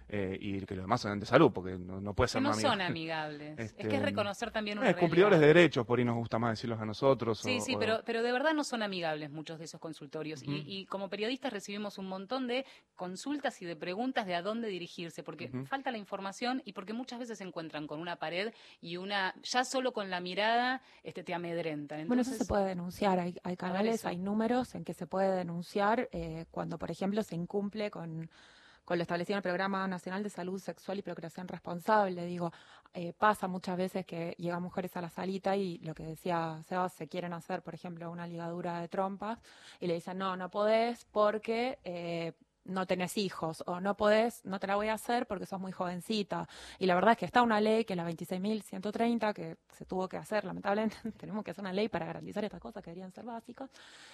y que los demás son de salud, porque no puede ser
no
amigable.
son amigables. Es que es reconocer también una
cumplidores de derechos, por ahí nos gusta más decirlos a nosotros.
Sí, pero de verdad no son amigables muchos de esos consultorios. Y como periodistas recibimos un montón de consultas y de preguntas de a dónde dirigirse, porque falta la información y porque muchas veces se encuentran con una pared y ya solo con la mirada te amedrentan. Entonces,
bueno, eso se puede denunciar. Hay canales, hay números en que se puede denunciar cuando, por ejemplo, se incumple con lo establecido en el Programa Nacional de Salud Sexual y Procreación Responsable. Digo, pasa muchas veces que llegan mujeres a la salita y lo que decía Seba, se quieren hacer, por ejemplo, una ligadura de trompas y le dicen, no podés porque no tenés hijos, o no podés, no te la voy a hacer porque sos muy jovencita. Y la verdad es que está una ley, que es la 26.130, que se tuvo que hacer, lamentablemente, tenemos que hacer una ley para garantizar estas cosas que deberían ser básicas,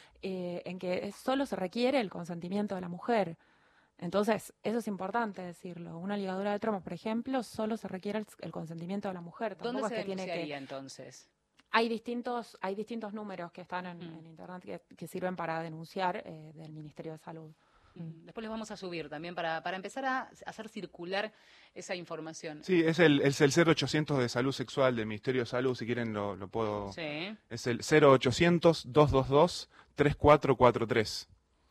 en que solo se requiere el consentimiento de la mujer. Entonces, eso es importante decirlo. Una ligadura de trompas, por ejemplo, solo se requiere el consentimiento de la mujer.
¿Dónde se denunciaría entonces?
Hay distintos números que están en internet que sirven para denunciar del Ministerio de Salud.
Después les vamos a subir también para empezar a hacer circular esa información.
Sí, es el 0800 de salud sexual del Ministerio de Salud, si quieren lo puedo...
Sí.
Es el 0800-222-3443.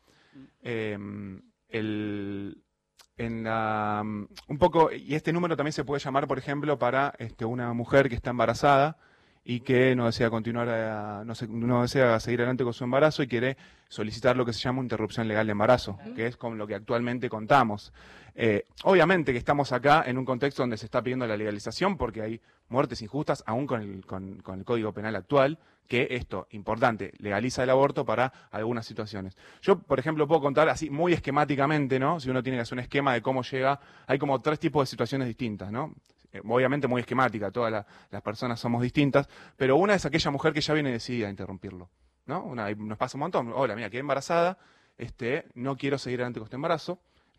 Un poco, y este número también se puede llamar, por ejemplo, para una mujer que está embarazada y que no desea continuar, no desea seguir adelante con su embarazo y quiere solicitar lo que se llama interrupción legal de embarazo, que es con lo que actualmente contamos. Obviamente que estamos acá en un contexto donde se está pidiendo la legalización porque hay muertes injustas, aún con el Código Penal actual, que esto, importante, legaliza el aborto para algunas situaciones. Yo, por ejemplo, puedo contar así muy esquemáticamente, ¿no? Si uno tiene que hacer un esquema de cómo llega, hay como 3 tipos de situaciones distintas, ¿no? Obviamente muy esquemática, todas las personas somos distintas, pero una es aquella mujer que ya viene decidida a interrumpirlo, ¿no? Nos pasa un montón. Hola, mira, quedé embarazada, no quiero seguir adelante con este embarazo.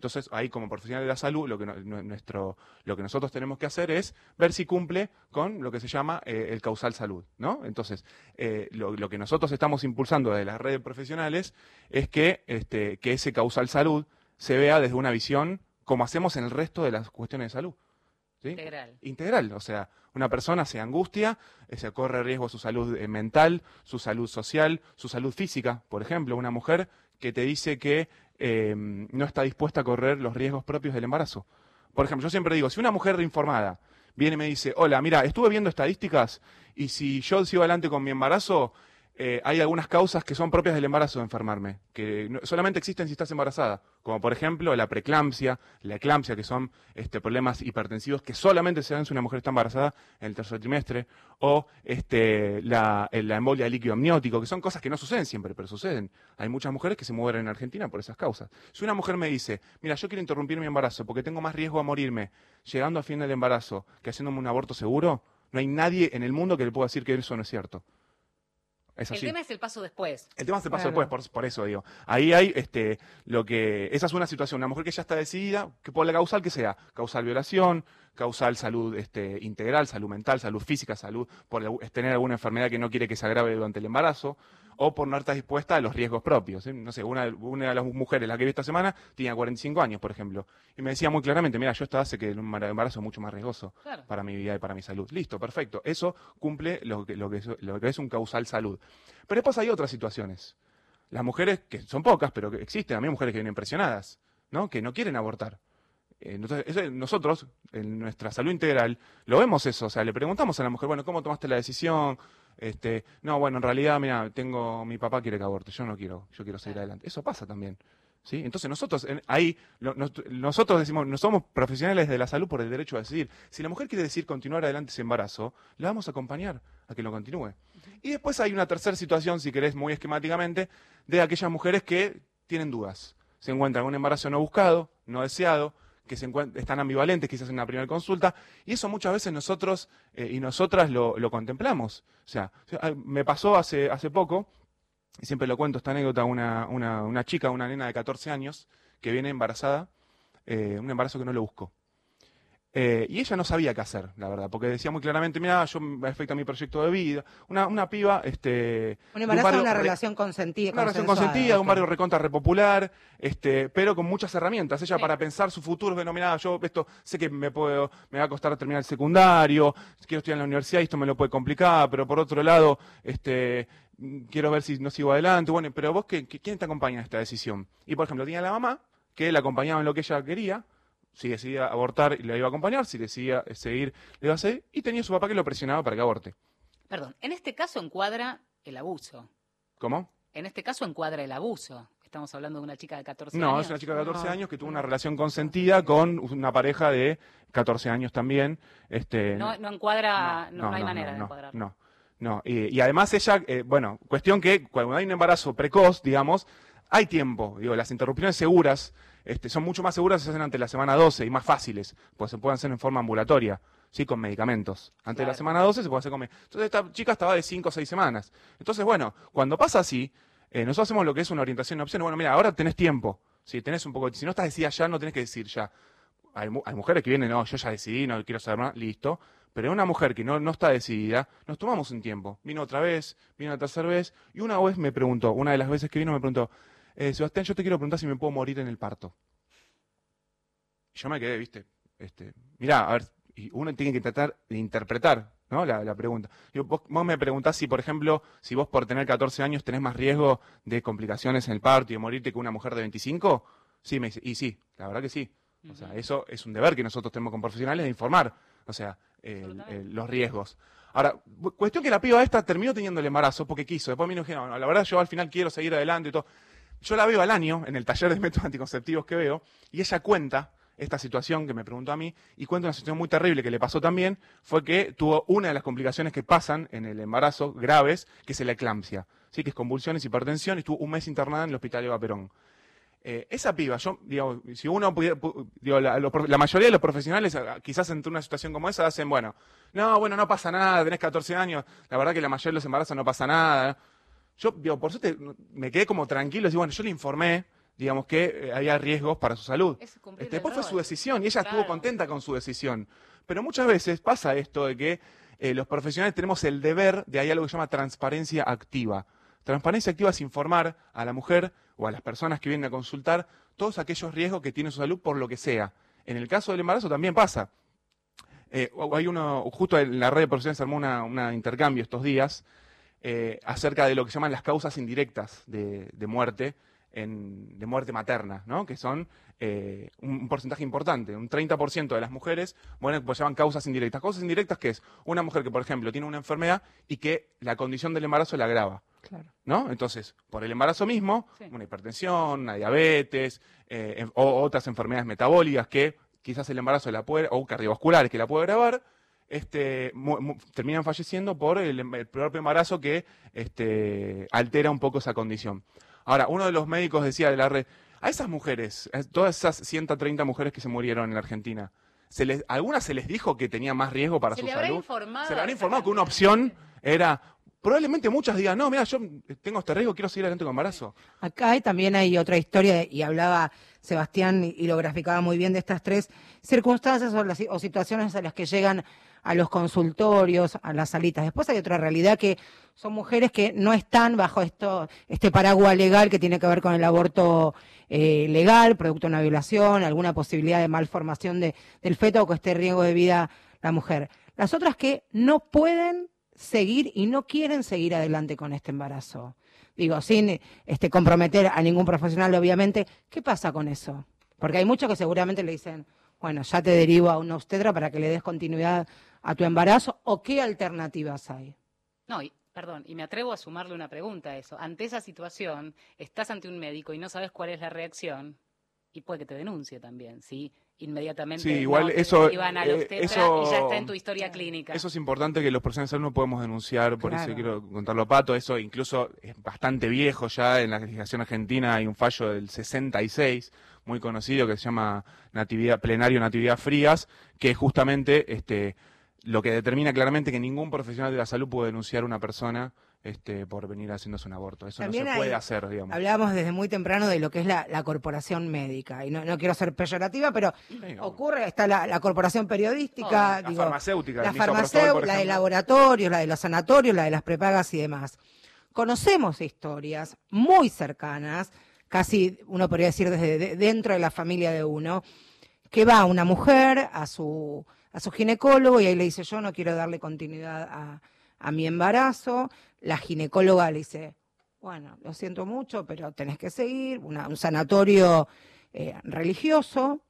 Entonces, ahí como profesional de la salud, lo que nosotros tenemos que hacer es ver si cumple con lo que se llama el causal salud, ¿no? Entonces, lo que nosotros estamos impulsando desde las redes profesionales es que ese causal salud se vea desde una visión como hacemos en el resto de las cuestiones de salud. ¿Sí? Integral, o sea, una persona se angustia, se corre riesgo su salud mental, su salud social, su salud física. Por ejemplo, una mujer que te dice que no está dispuesta a correr los riesgos propios del embarazo. Por ejemplo, yo siempre digo, si una mujer informada viene y me dice, hola, mira, estuve viendo estadísticas y si yo sigo adelante con mi embarazo, hay algunas causas que son propias del embarazo de enfermarme, que solamente existen si estás embarazada, como por ejemplo la preeclampsia, la eclampsia, que son problemas hipertensivos que solamente se dan si una mujer está embarazada en el tercer trimestre, o la embolia de líquido amniótico, que son cosas que no suceden siempre, pero suceden. Hay muchas mujeres que se mueren en Argentina por esas causas. Si una mujer me dice, mira, yo quiero interrumpir mi embarazo porque tengo más riesgo a morirme llegando a fin del embarazo que haciéndome un aborto seguro, no hay nadie en el mundo que le pueda decir que eso no es cierto.
El tema es el paso después.
El tema es el paso después, por eso digo. Ahí hay esa es una situación, una mujer que ya está decidida, que por la causal que sea, causal violación, causal salud integral, salud mental, salud física, salud por tener alguna enfermedad que no quiere que se agrave durante el embarazo, o por no estar dispuesta a los riesgos propios. No sé, una de las mujeres, la que vi esta semana, tenía 45 años, por ejemplo, y me decía muy claramente, mira, yo hace que el embarazo es mucho más riesgoso para mi vida y para mi salud. Listo, perfecto. Eso cumple lo que es un causal salud. Pero después hay otras situaciones. Las mujeres, que son pocas, pero que existen, a mí mujeres que vienen presionadas, ¿no? Que no quieren abortar. Entonces, nosotros, en nuestra salud integral, lo vemos eso. O sea, le preguntamos a la mujer, bueno, ¿cómo tomaste la decisión? No, bueno, en realidad, mira, mi papá quiere que aborte, yo no quiero, yo quiero seguir adelante. Eso pasa también. ¿Sí? Entonces nosotros decimos, no somos profesionales de la salud por el derecho a decidir. Si la mujer quiere decidir continuar adelante ese embarazo, la vamos a acompañar a que lo continúe. Y después hay una tercera situación, si querés muy esquemáticamente, de aquellas mujeres que tienen dudas. Se encuentran con un embarazo no buscado, no deseado, que están ambivalentes, quizás en una primera consulta, y eso muchas veces nosotros y nosotras lo contemplamos. O sea, me pasó hace poco, y siempre lo cuento esta anécdota, una chica, una nena de 14 años, que viene embarazada, un embarazo que no lo buscó. Y ella no sabía qué hacer, la verdad, porque decía muy claramente, mira, me afecta mi proyecto de vida. Una piba,
un embarazo de una relación consentida.
Una relación consentida, de un barrio recontra repopular, pero con muchas herramientas. Ella para pensar su futuro, bueno, mira, yo esto sé que me va a costar terminar el secundario, quiero estudiar en la universidad y esto me lo puede complicar, pero por otro lado, quiero ver si no sigo adelante. Bueno, pero vos, ¿quién te acompaña en esta decisión? Y por ejemplo, tenía la mamá, que la acompañaba en lo que ella quería. Si decidía abortar, le iba a acompañar. Si decidía seguir, le iba a seguir. Y tenía su papá que lo presionaba para que aborte.
Perdón, en este caso encuadra el abuso.
¿Cómo?
En este caso encuadra el abuso. Estamos hablando de una chica de 14
años. No, es una chica de 14 años que tuvo una relación consentida con una pareja de 14 años también.
No encuadra, no hay manera de encuadrarlo.
No. Y además ella, cuestión que cuando hay un embarazo precoz, digamos, hay tiempo. Digo, las interrupciones seguras son mucho más seguras si se hacen ante la semana 12 y más fáciles, pues se pueden hacer en forma ambulatoria, ¿sí? Con medicamentos. Antes de la semana 12 se puede hacer con medicamentos. Entonces esta chica estaba de 5 o 6 semanas. Entonces, bueno, cuando pasa así, nosotros hacemos lo que es una orientación en opciones. Bueno, mira, ahora tenés tiempo. Si tenés un poco, si no estás decidida ya, no tenés que decir ya. Hay mujeres que vienen, no, yo ya decidí, no quiero saber más, listo. Pero una mujer que no está decidida, nos tomamos un tiempo. Vino otra vez, vino la tercera vez, y una vez me preguntó, una de las veces que vino me preguntó, Sebastián, yo te quiero preguntar si me puedo morir en el parto. Y yo me quedé, viste, mirá, a ver, y uno tiene que tratar de interpretar, ¿no? La pregunta. Vos me preguntás si, por ejemplo, si vos por tener 14 años tenés más riesgo de complicaciones en el parto y de morirte que una mujer de 25, sí, me dice, y sí, la verdad que sí. O sea, eso es un deber que nosotros tenemos con profesionales de informar, o sea, los riesgos. Ahora, cuestión que la piba esta terminó teniendo el embarazo porque quiso. Después me dije, no, la verdad yo al final quiero seguir adelante y todo. Yo la veo al año en el taller de métodos anticonceptivos que veo y ella cuenta esta situación que me preguntó a mí y cuenta una situación muy terrible que le pasó también, fue que tuvo una de las complicaciones que pasan en el embarazo graves, que es la eclampsia, ¿sí? Que es convulsiones, hipertensión, y estuvo un mes internada en el hospital Eva Perón. Esa piba, si uno pudiera, la mayoría de los profesionales, quizás ante una situación como esa, hacen, no pasa nada, tenés 14 años, la verdad que la mayoría de los embarazos no pasa nada. Yo, por suerte, me quedé como tranquilo, yo le informé digamos que había riesgos para su salud. Después fue
rol.
su decisión y ella
Claro.
estuvo contenta con su decisión. Pero muchas veces pasa esto de que los profesionales tenemos el deber de hay algo que se llama transparencia activa. Transparencia activa es informar a la mujer o a las personas que vienen a consultar todos aquellos riesgos que tiene su salud por lo que sea. En el caso del embarazo también pasa. Hay justo en la red de profesionales se armó un intercambio estos días acerca de lo que se llaman las causas indirectas de muerte, de muerte materna, ¿no? Que son un porcentaje importante. Un 30% de las mujeres mueren pues llaman causas indirectas. Causas indirectas que es una mujer que, por ejemplo, tiene una enfermedad y que la condición del embarazo la agrava.
Claro.
¿No? Entonces, por el embarazo mismo, una hipertensión, una diabetes, o otras enfermedades metabólicas que quizás el embarazo o cardiovasculares que la puede agravar, terminan falleciendo por el propio embarazo que altera un poco esa condición. Ahora, uno de los médicos decía de la red, a esas mujeres, todas esas 130 mujeres que se murieron en la Argentina, ¿algunas se les dijo que tenían más riesgo para su salud? Se le habrá informado que una opción era... Probablemente muchas digan, no, mira, yo tengo este riesgo, quiero seguir adelante con embarazo.
Acá también hay otra historia, y hablaba Sebastián y lo graficaba muy bien, de estas tres circunstancias o situaciones a las que llegan a los consultorios, a las salitas. Después hay otra realidad que son mujeres que no están bajo este paraguas legal que tiene que ver con el aborto legal, producto de una violación, alguna posibilidad de malformación del feto o que esté en riesgo de vida la mujer. Las otras que no pueden seguir y no quieren seguir adelante con este embarazo. Digo, sin comprometer a ningún profesional, obviamente. ¿Qué pasa con eso? Porque hay muchos que seguramente le dicen, bueno, ya te derivo a una obstetra para que le des continuidad a tu embarazo, o qué alternativas hay.
No, perdón, y me atrevo a sumarle una pregunta a eso. Ante esa situación, estás ante un médico y no sabes cuál es la reacción, y puede que te denuncie también, ¿sí? Inmediatamente
igual
te
eso,
derivan al obstetra y ya está en tu historia clínica.
Eso es importante, que los profesionales de salud no podemos denunciar, por
Claro.
eso quiero contarlo a Pato. Eso incluso es bastante viejo ya, en la legislación argentina hay un fallo del 66, muy conocido, que se llama Plenario Natividad Frías, que justamente lo que determina claramente que ningún profesional de la salud puede denunciar a una persona por venir haciéndose un aborto. Eso
También
no se puede hacer, digamos.
Hablábamos desde muy temprano de lo que es la corporación médica, y no quiero ser peyorativa, pero ocurre, está la corporación periodística,
la farmacéutica,
la
Misoprostol, por
la de
ejemplo.
laboratorios, la de los sanatorios, la de las prepagas y demás. Conocemos historias muy cercanas, casi uno podría decir desde dentro de la familia de uno, que va una mujer a su ginecólogo y ahí le dice, yo no quiero darle continuidad a mi embarazo. La ginecóloga le dice, bueno, lo siento mucho, pero tenés que seguir, un sanatorio religioso,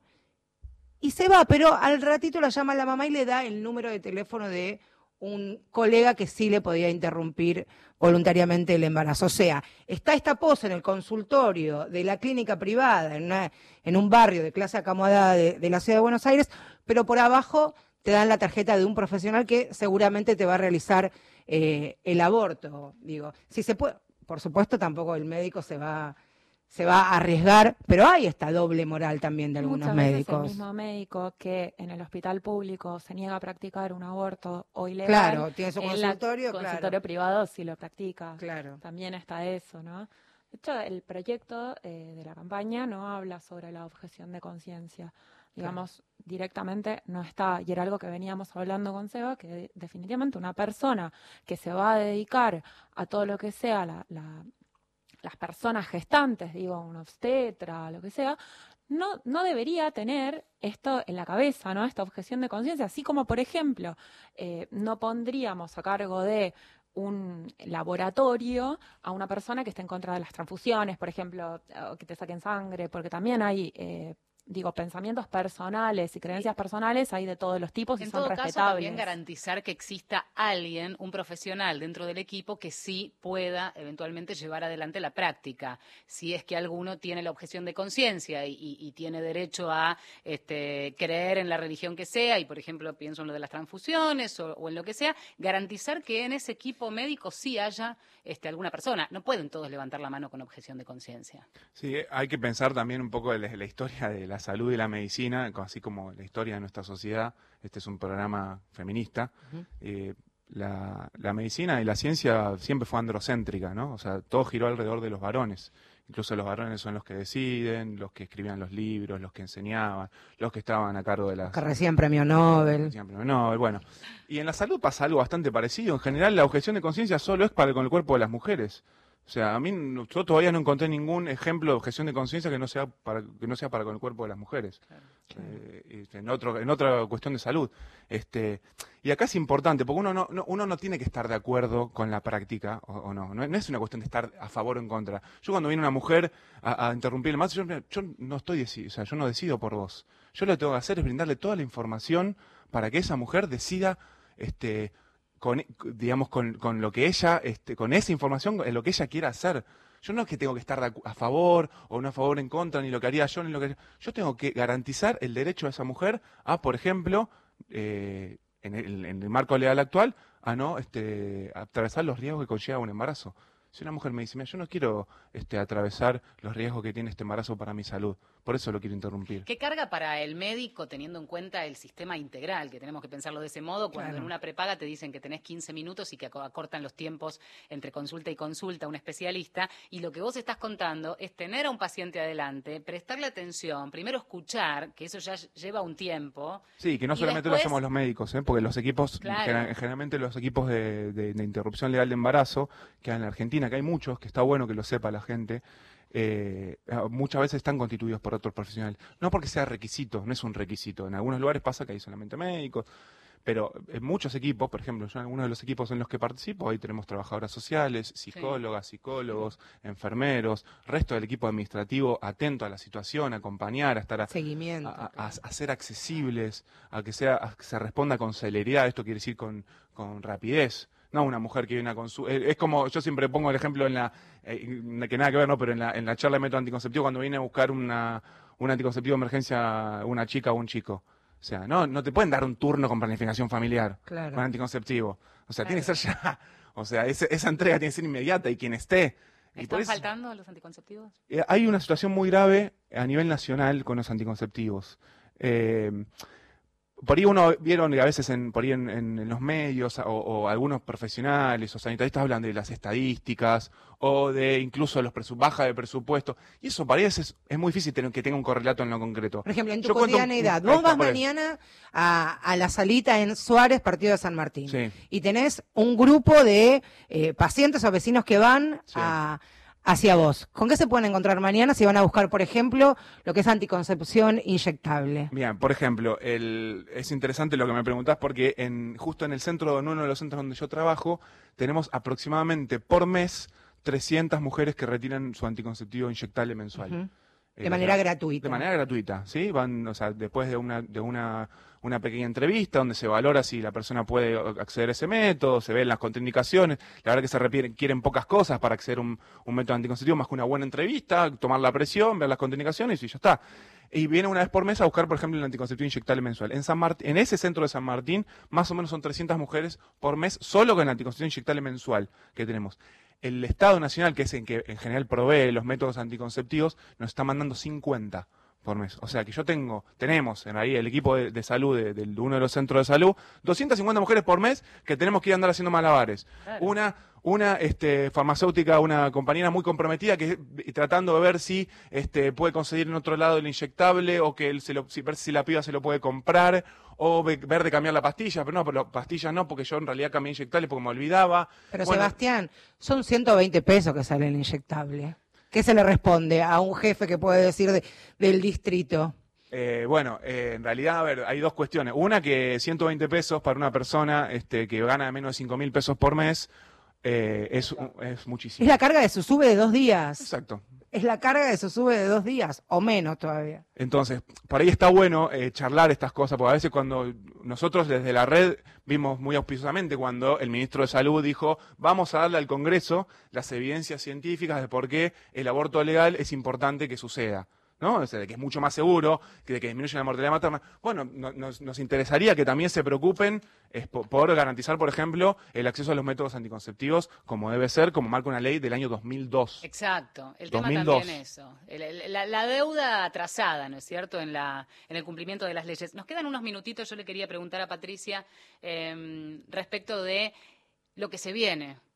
y se va, pero al ratito la llama la mamá y le da el número de teléfono de un colega que sí le podía interrumpir voluntariamente el embarazo. O sea, está esta pose en el consultorio de la clínica privada, en un barrio de clase acomodada de la ciudad de Buenos Aires, pero por abajo te dan la tarjeta de un profesional que seguramente te va a realizar el aborto. Digo, si se puede, por supuesto tampoco el médico se va a arriesgar, pero hay esta doble moral también de algunos
Muchas veces
médicos.
el mismo médico que en el hospital público se niega a practicar un aborto o ilegal,
Claro, tiene su
en
consultorio,
el consultorio privado sí lo practica.
Claro.
También está eso, ¿no? De hecho, el proyecto de la campaña no habla sobre la objeción de conciencia. Digamos, directamente no está, y era algo que veníamos hablando con Seba, que definitivamente una persona que se va a dedicar a todo lo que sea las personas gestantes, digo, una obstetra, lo que sea, no debería tener esto en la cabeza, ¿no? Esta objeción de conciencia, así como, por ejemplo, no pondríamos a cargo de un laboratorio a una persona que esté en contra de las transfusiones, por ejemplo, o que te saquen sangre, porque también hay pensamientos personales y creencias personales hay de todos los tipos y
En
son
todo caso,
respetables.
también garantizar que exista alguien, un profesional dentro del equipo que sí pueda eventualmente llevar adelante la práctica. Si es que alguno tiene la objeción de conciencia y tiene derecho a creer en la religión que sea, y por ejemplo pienso en lo de las transfusiones o en lo que sea, garantizar que en ese equipo médico sí haya alguna persona. No pueden todos levantar la mano con objeción de conciencia.
Sí, hay que pensar también un poco de la historia de la salud y la medicina, así como la historia de nuestra sociedad. Este es un programa feminista. La medicina y la ciencia siempre fue androcéntrica, ¿no? O sea, todo giró alrededor de los varones. Incluso los varones son los que deciden, los que escribían los libros, los que enseñaban, los que estaban a cargo de las...
Que recién premio Nobel.
Recién premio Nobel, bueno. Y en la salud pasa algo bastante parecido. En general, la objeción de conciencia solo es con el cuerpo de las mujeres. O sea, yo todavía no encontré ningún ejemplo de objeción de conciencia que no sea para con el cuerpo de las mujeres. Claro. En otra cuestión de salud. Y acá es importante, porque uno no tiene que estar de acuerdo con la práctica, o no. No es una cuestión de estar a favor o en contra. Yo cuando viene una mujer a interrumpir el embarazo, yo no estoy decidido, o sea, yo no decido por vos. Yo lo que tengo que hacer es brindarle toda la información para que esa mujer decida, con lo que ella, con esa información, en lo que ella quiera hacer. Yo no es que tengo que estar a favor o no a favor en contra, ni lo que haría yo, ni lo que... Yo tengo que garantizar el derecho de esa mujer a, por ejemplo, en el marco legal actual, a no atravesar los riesgos que conlleva un embarazo. Si una mujer me dice, mira, yo no quiero atravesar los riesgos que tiene este embarazo para mi salud, por eso lo quiero interrumpir.
¿Qué carga para el médico teniendo en cuenta el sistema integral? Que tenemos que pensarlo de ese modo, cuando en una prepaga te dicen que tenés 15 minutos y que acortan los tiempos entre consulta y consulta a un especialista, y lo que vos estás contando es tener a un paciente adelante, prestarle atención, primero escuchar, que eso ya lleva un tiempo.
Sí, que no solamente
después...
lo hacemos los médicos, porque los equipos, generalmente los equipos de interrupción legal de embarazo, que en la Argentina, que hay muchos, que está bueno que lo sepa la gente, muchas veces están constituidos por otros profesionales. No porque sea requisito, no es un requisito. En algunos lugares pasa que hay solamente médicos, pero en muchos equipos, por ejemplo, yo en algunos de los equipos en los que participo, ahí tenemos trabajadoras sociales, psicólogas, psicólogos, enfermeros, resto del equipo administrativo atento a la situación, a acompañar, a estar
seguimiento,
a ser accesibles, a que se responda con celeridad. Esto quiere decir con rapidez. No una mujer que viene a consulta. Es como, yo siempre pongo el ejemplo que nada que ver, ¿no? Pero en la charla de método anticonceptivo, cuando viene a buscar un anticonceptivo de emergencia una chica o un chico. O sea, no te pueden dar un turno con planificación familiar, con anticonceptivo. O sea, tiene que ser ya. O sea, esa entrega tiene que ser inmediata y quien esté.
¿Están faltando los anticonceptivos?
Hay una situación muy grave a nivel nacional con los anticonceptivos. Por ahí vieron que a veces en los medios o algunos profesionales o sanitaristas hablan de las estadísticas o de incluso baja de presupuesto. Y eso para ellos es muy difícil que tenga un correlato en lo concreto.
Por ejemplo, en tu cotidianeidad, vos vas mañana a la salita en Suárez, partido de San Martín, y tenés un grupo de pacientes o vecinos que van hacia vos. ¿Con qué se pueden encontrar mañana si van a buscar, por ejemplo, lo que es anticoncepción inyectable?
Bien, por ejemplo, es interesante lo que me preguntás porque justo en uno de los centros donde yo trabajo, tenemos aproximadamente por mes 300 mujeres que retiran su anticonceptivo inyectable mensual.
De manera gratuita.
De manera gratuita, ¿sí? Van, o sea, después de una pequeña entrevista donde se valora si la persona puede acceder a ese método, se ven las contraindicaciones. La verdad que se requieren pocas cosas para acceder a un método anticonceptivo, más que una buena entrevista, tomar la presión, ver las contraindicaciones y ya está. Y viene una vez por mes a buscar, por ejemplo, el anticonceptivo inyectable mensual. En ese centro de San Martín, más o menos son 300 mujeres por mes, solo con el anticonceptivo inyectable mensual que tenemos. El Estado Nacional, que es el que en general provee los métodos anticonceptivos, nos está mandando 50 por mes. O sea que tenemos en ahí el equipo de salud de uno de los centros de salud, 250 mujeres por mes que tenemos que ir a andar haciendo malabares. Claro. Una farmacéutica, una compañera muy comprometida que tratando de ver si puede conseguir en otro lado el inyectable o que ver si la piba se lo puede comprar o ver de cambiar la pastilla, pero pastillas no, porque yo en realidad cambié inyectable porque me olvidaba.
Pero Sebastián, son 120 pesos que sale el inyectable. ¿Qué se le responde a un jefe que puede decir del distrito?
En realidad, a ver, hay dos cuestiones. Una, que 120 pesos para una persona que gana menos de 5.000 pesos por mes es muchísimo.
Es la carga de su sube de 2 días.
Exacto.
Es la carga de su sube de 2 días, o menos todavía.
Entonces, por ahí está bueno charlar estas cosas, porque a veces cuando nosotros desde la red vimos muy auspiciosamente cuando el ministro de Salud dijo, vamos a darle al Congreso las evidencias científicas de por qué el aborto legal es importante que suceda, ¿no? O sea, de que es mucho más seguro, de que disminuye la mortalidad materna. Bueno, nos interesaría que también se preocupen por garantizar, por ejemplo, el acceso a los métodos anticonceptivos como debe ser, como marca una ley del año 2002.
Exacto, el
2002.
tema también eso. La deuda atrasada, ¿no es cierto?, en el cumplimiento de las leyes. Nos quedan unos minutitos, yo le quería preguntar a Patricia respecto de lo que se viene.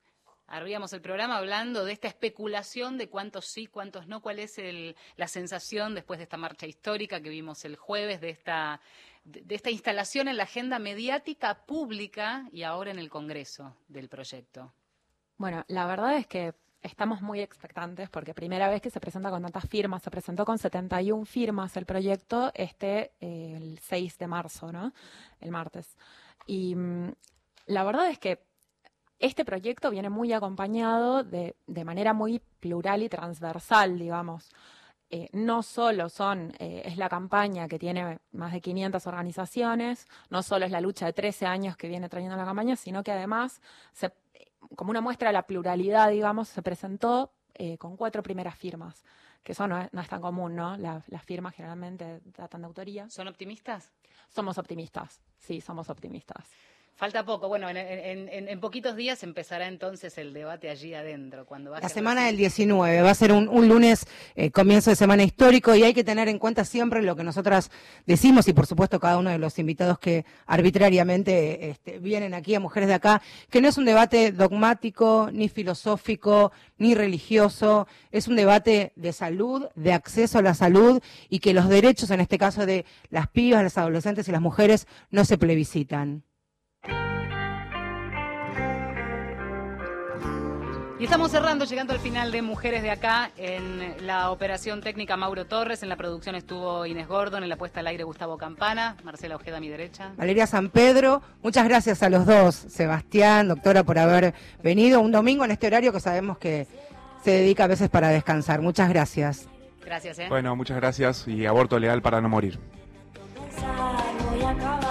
Abríamos el programa hablando de esta especulación de cuántos sí, cuántos no, cuál es la sensación después de esta marcha histórica que vimos el jueves, de esta instalación en la agenda mediática pública y ahora en el Congreso del proyecto.
Bueno, la verdad es que estamos muy expectantes porque primera vez que se presenta con tantas firmas, se presentó con 71 firmas el proyecto el 6 de marzo, ¿no? El martes. Y la verdad es que este proyecto viene muy acompañado de manera muy plural y transversal, digamos. No solo es la campaña que tiene más de 500 organizaciones, no solo es la lucha de 13 años que viene trayendo la campaña, sino que además, como una muestra de la pluralidad, digamos, se presentó con 4 primeras firmas, que eso no es tan común, ¿no? Las firmas generalmente datan de autoría.
¿Son optimistas?
Somos optimistas, sí, somos optimistas.
Falta poco. Bueno, en poquitos días empezará entonces el debate allí adentro.
La semana del 19 va a ser un lunes, comienzo de semana histórico, y hay que tener en cuenta siempre lo que nosotras decimos, y por supuesto cada uno de los invitados que arbitrariamente vienen aquí a Mujeres de Acá, que no es un debate dogmático, ni filosófico, ni religioso, es un debate de salud, de acceso a la salud, y que los derechos, en este caso de las pibas, las adolescentes y las mujeres, no se plebiscitan.
Y estamos cerrando, llegando al final de Mujeres de Acá. En la operación técnica Mauro Torres, en la producción estuvo Inés Gordon, en la puesta al aire Gustavo Campana, Marcela Ojeda a mi derecha.
Valeria San Pedro, muchas gracias a los dos, Sebastián, doctora, por haber venido un domingo en este horario que sabemos que se dedica a veces para descansar. Muchas gracias.
Gracias.
Bueno, muchas gracias y aborto legal para no morir.
Voy a acabar.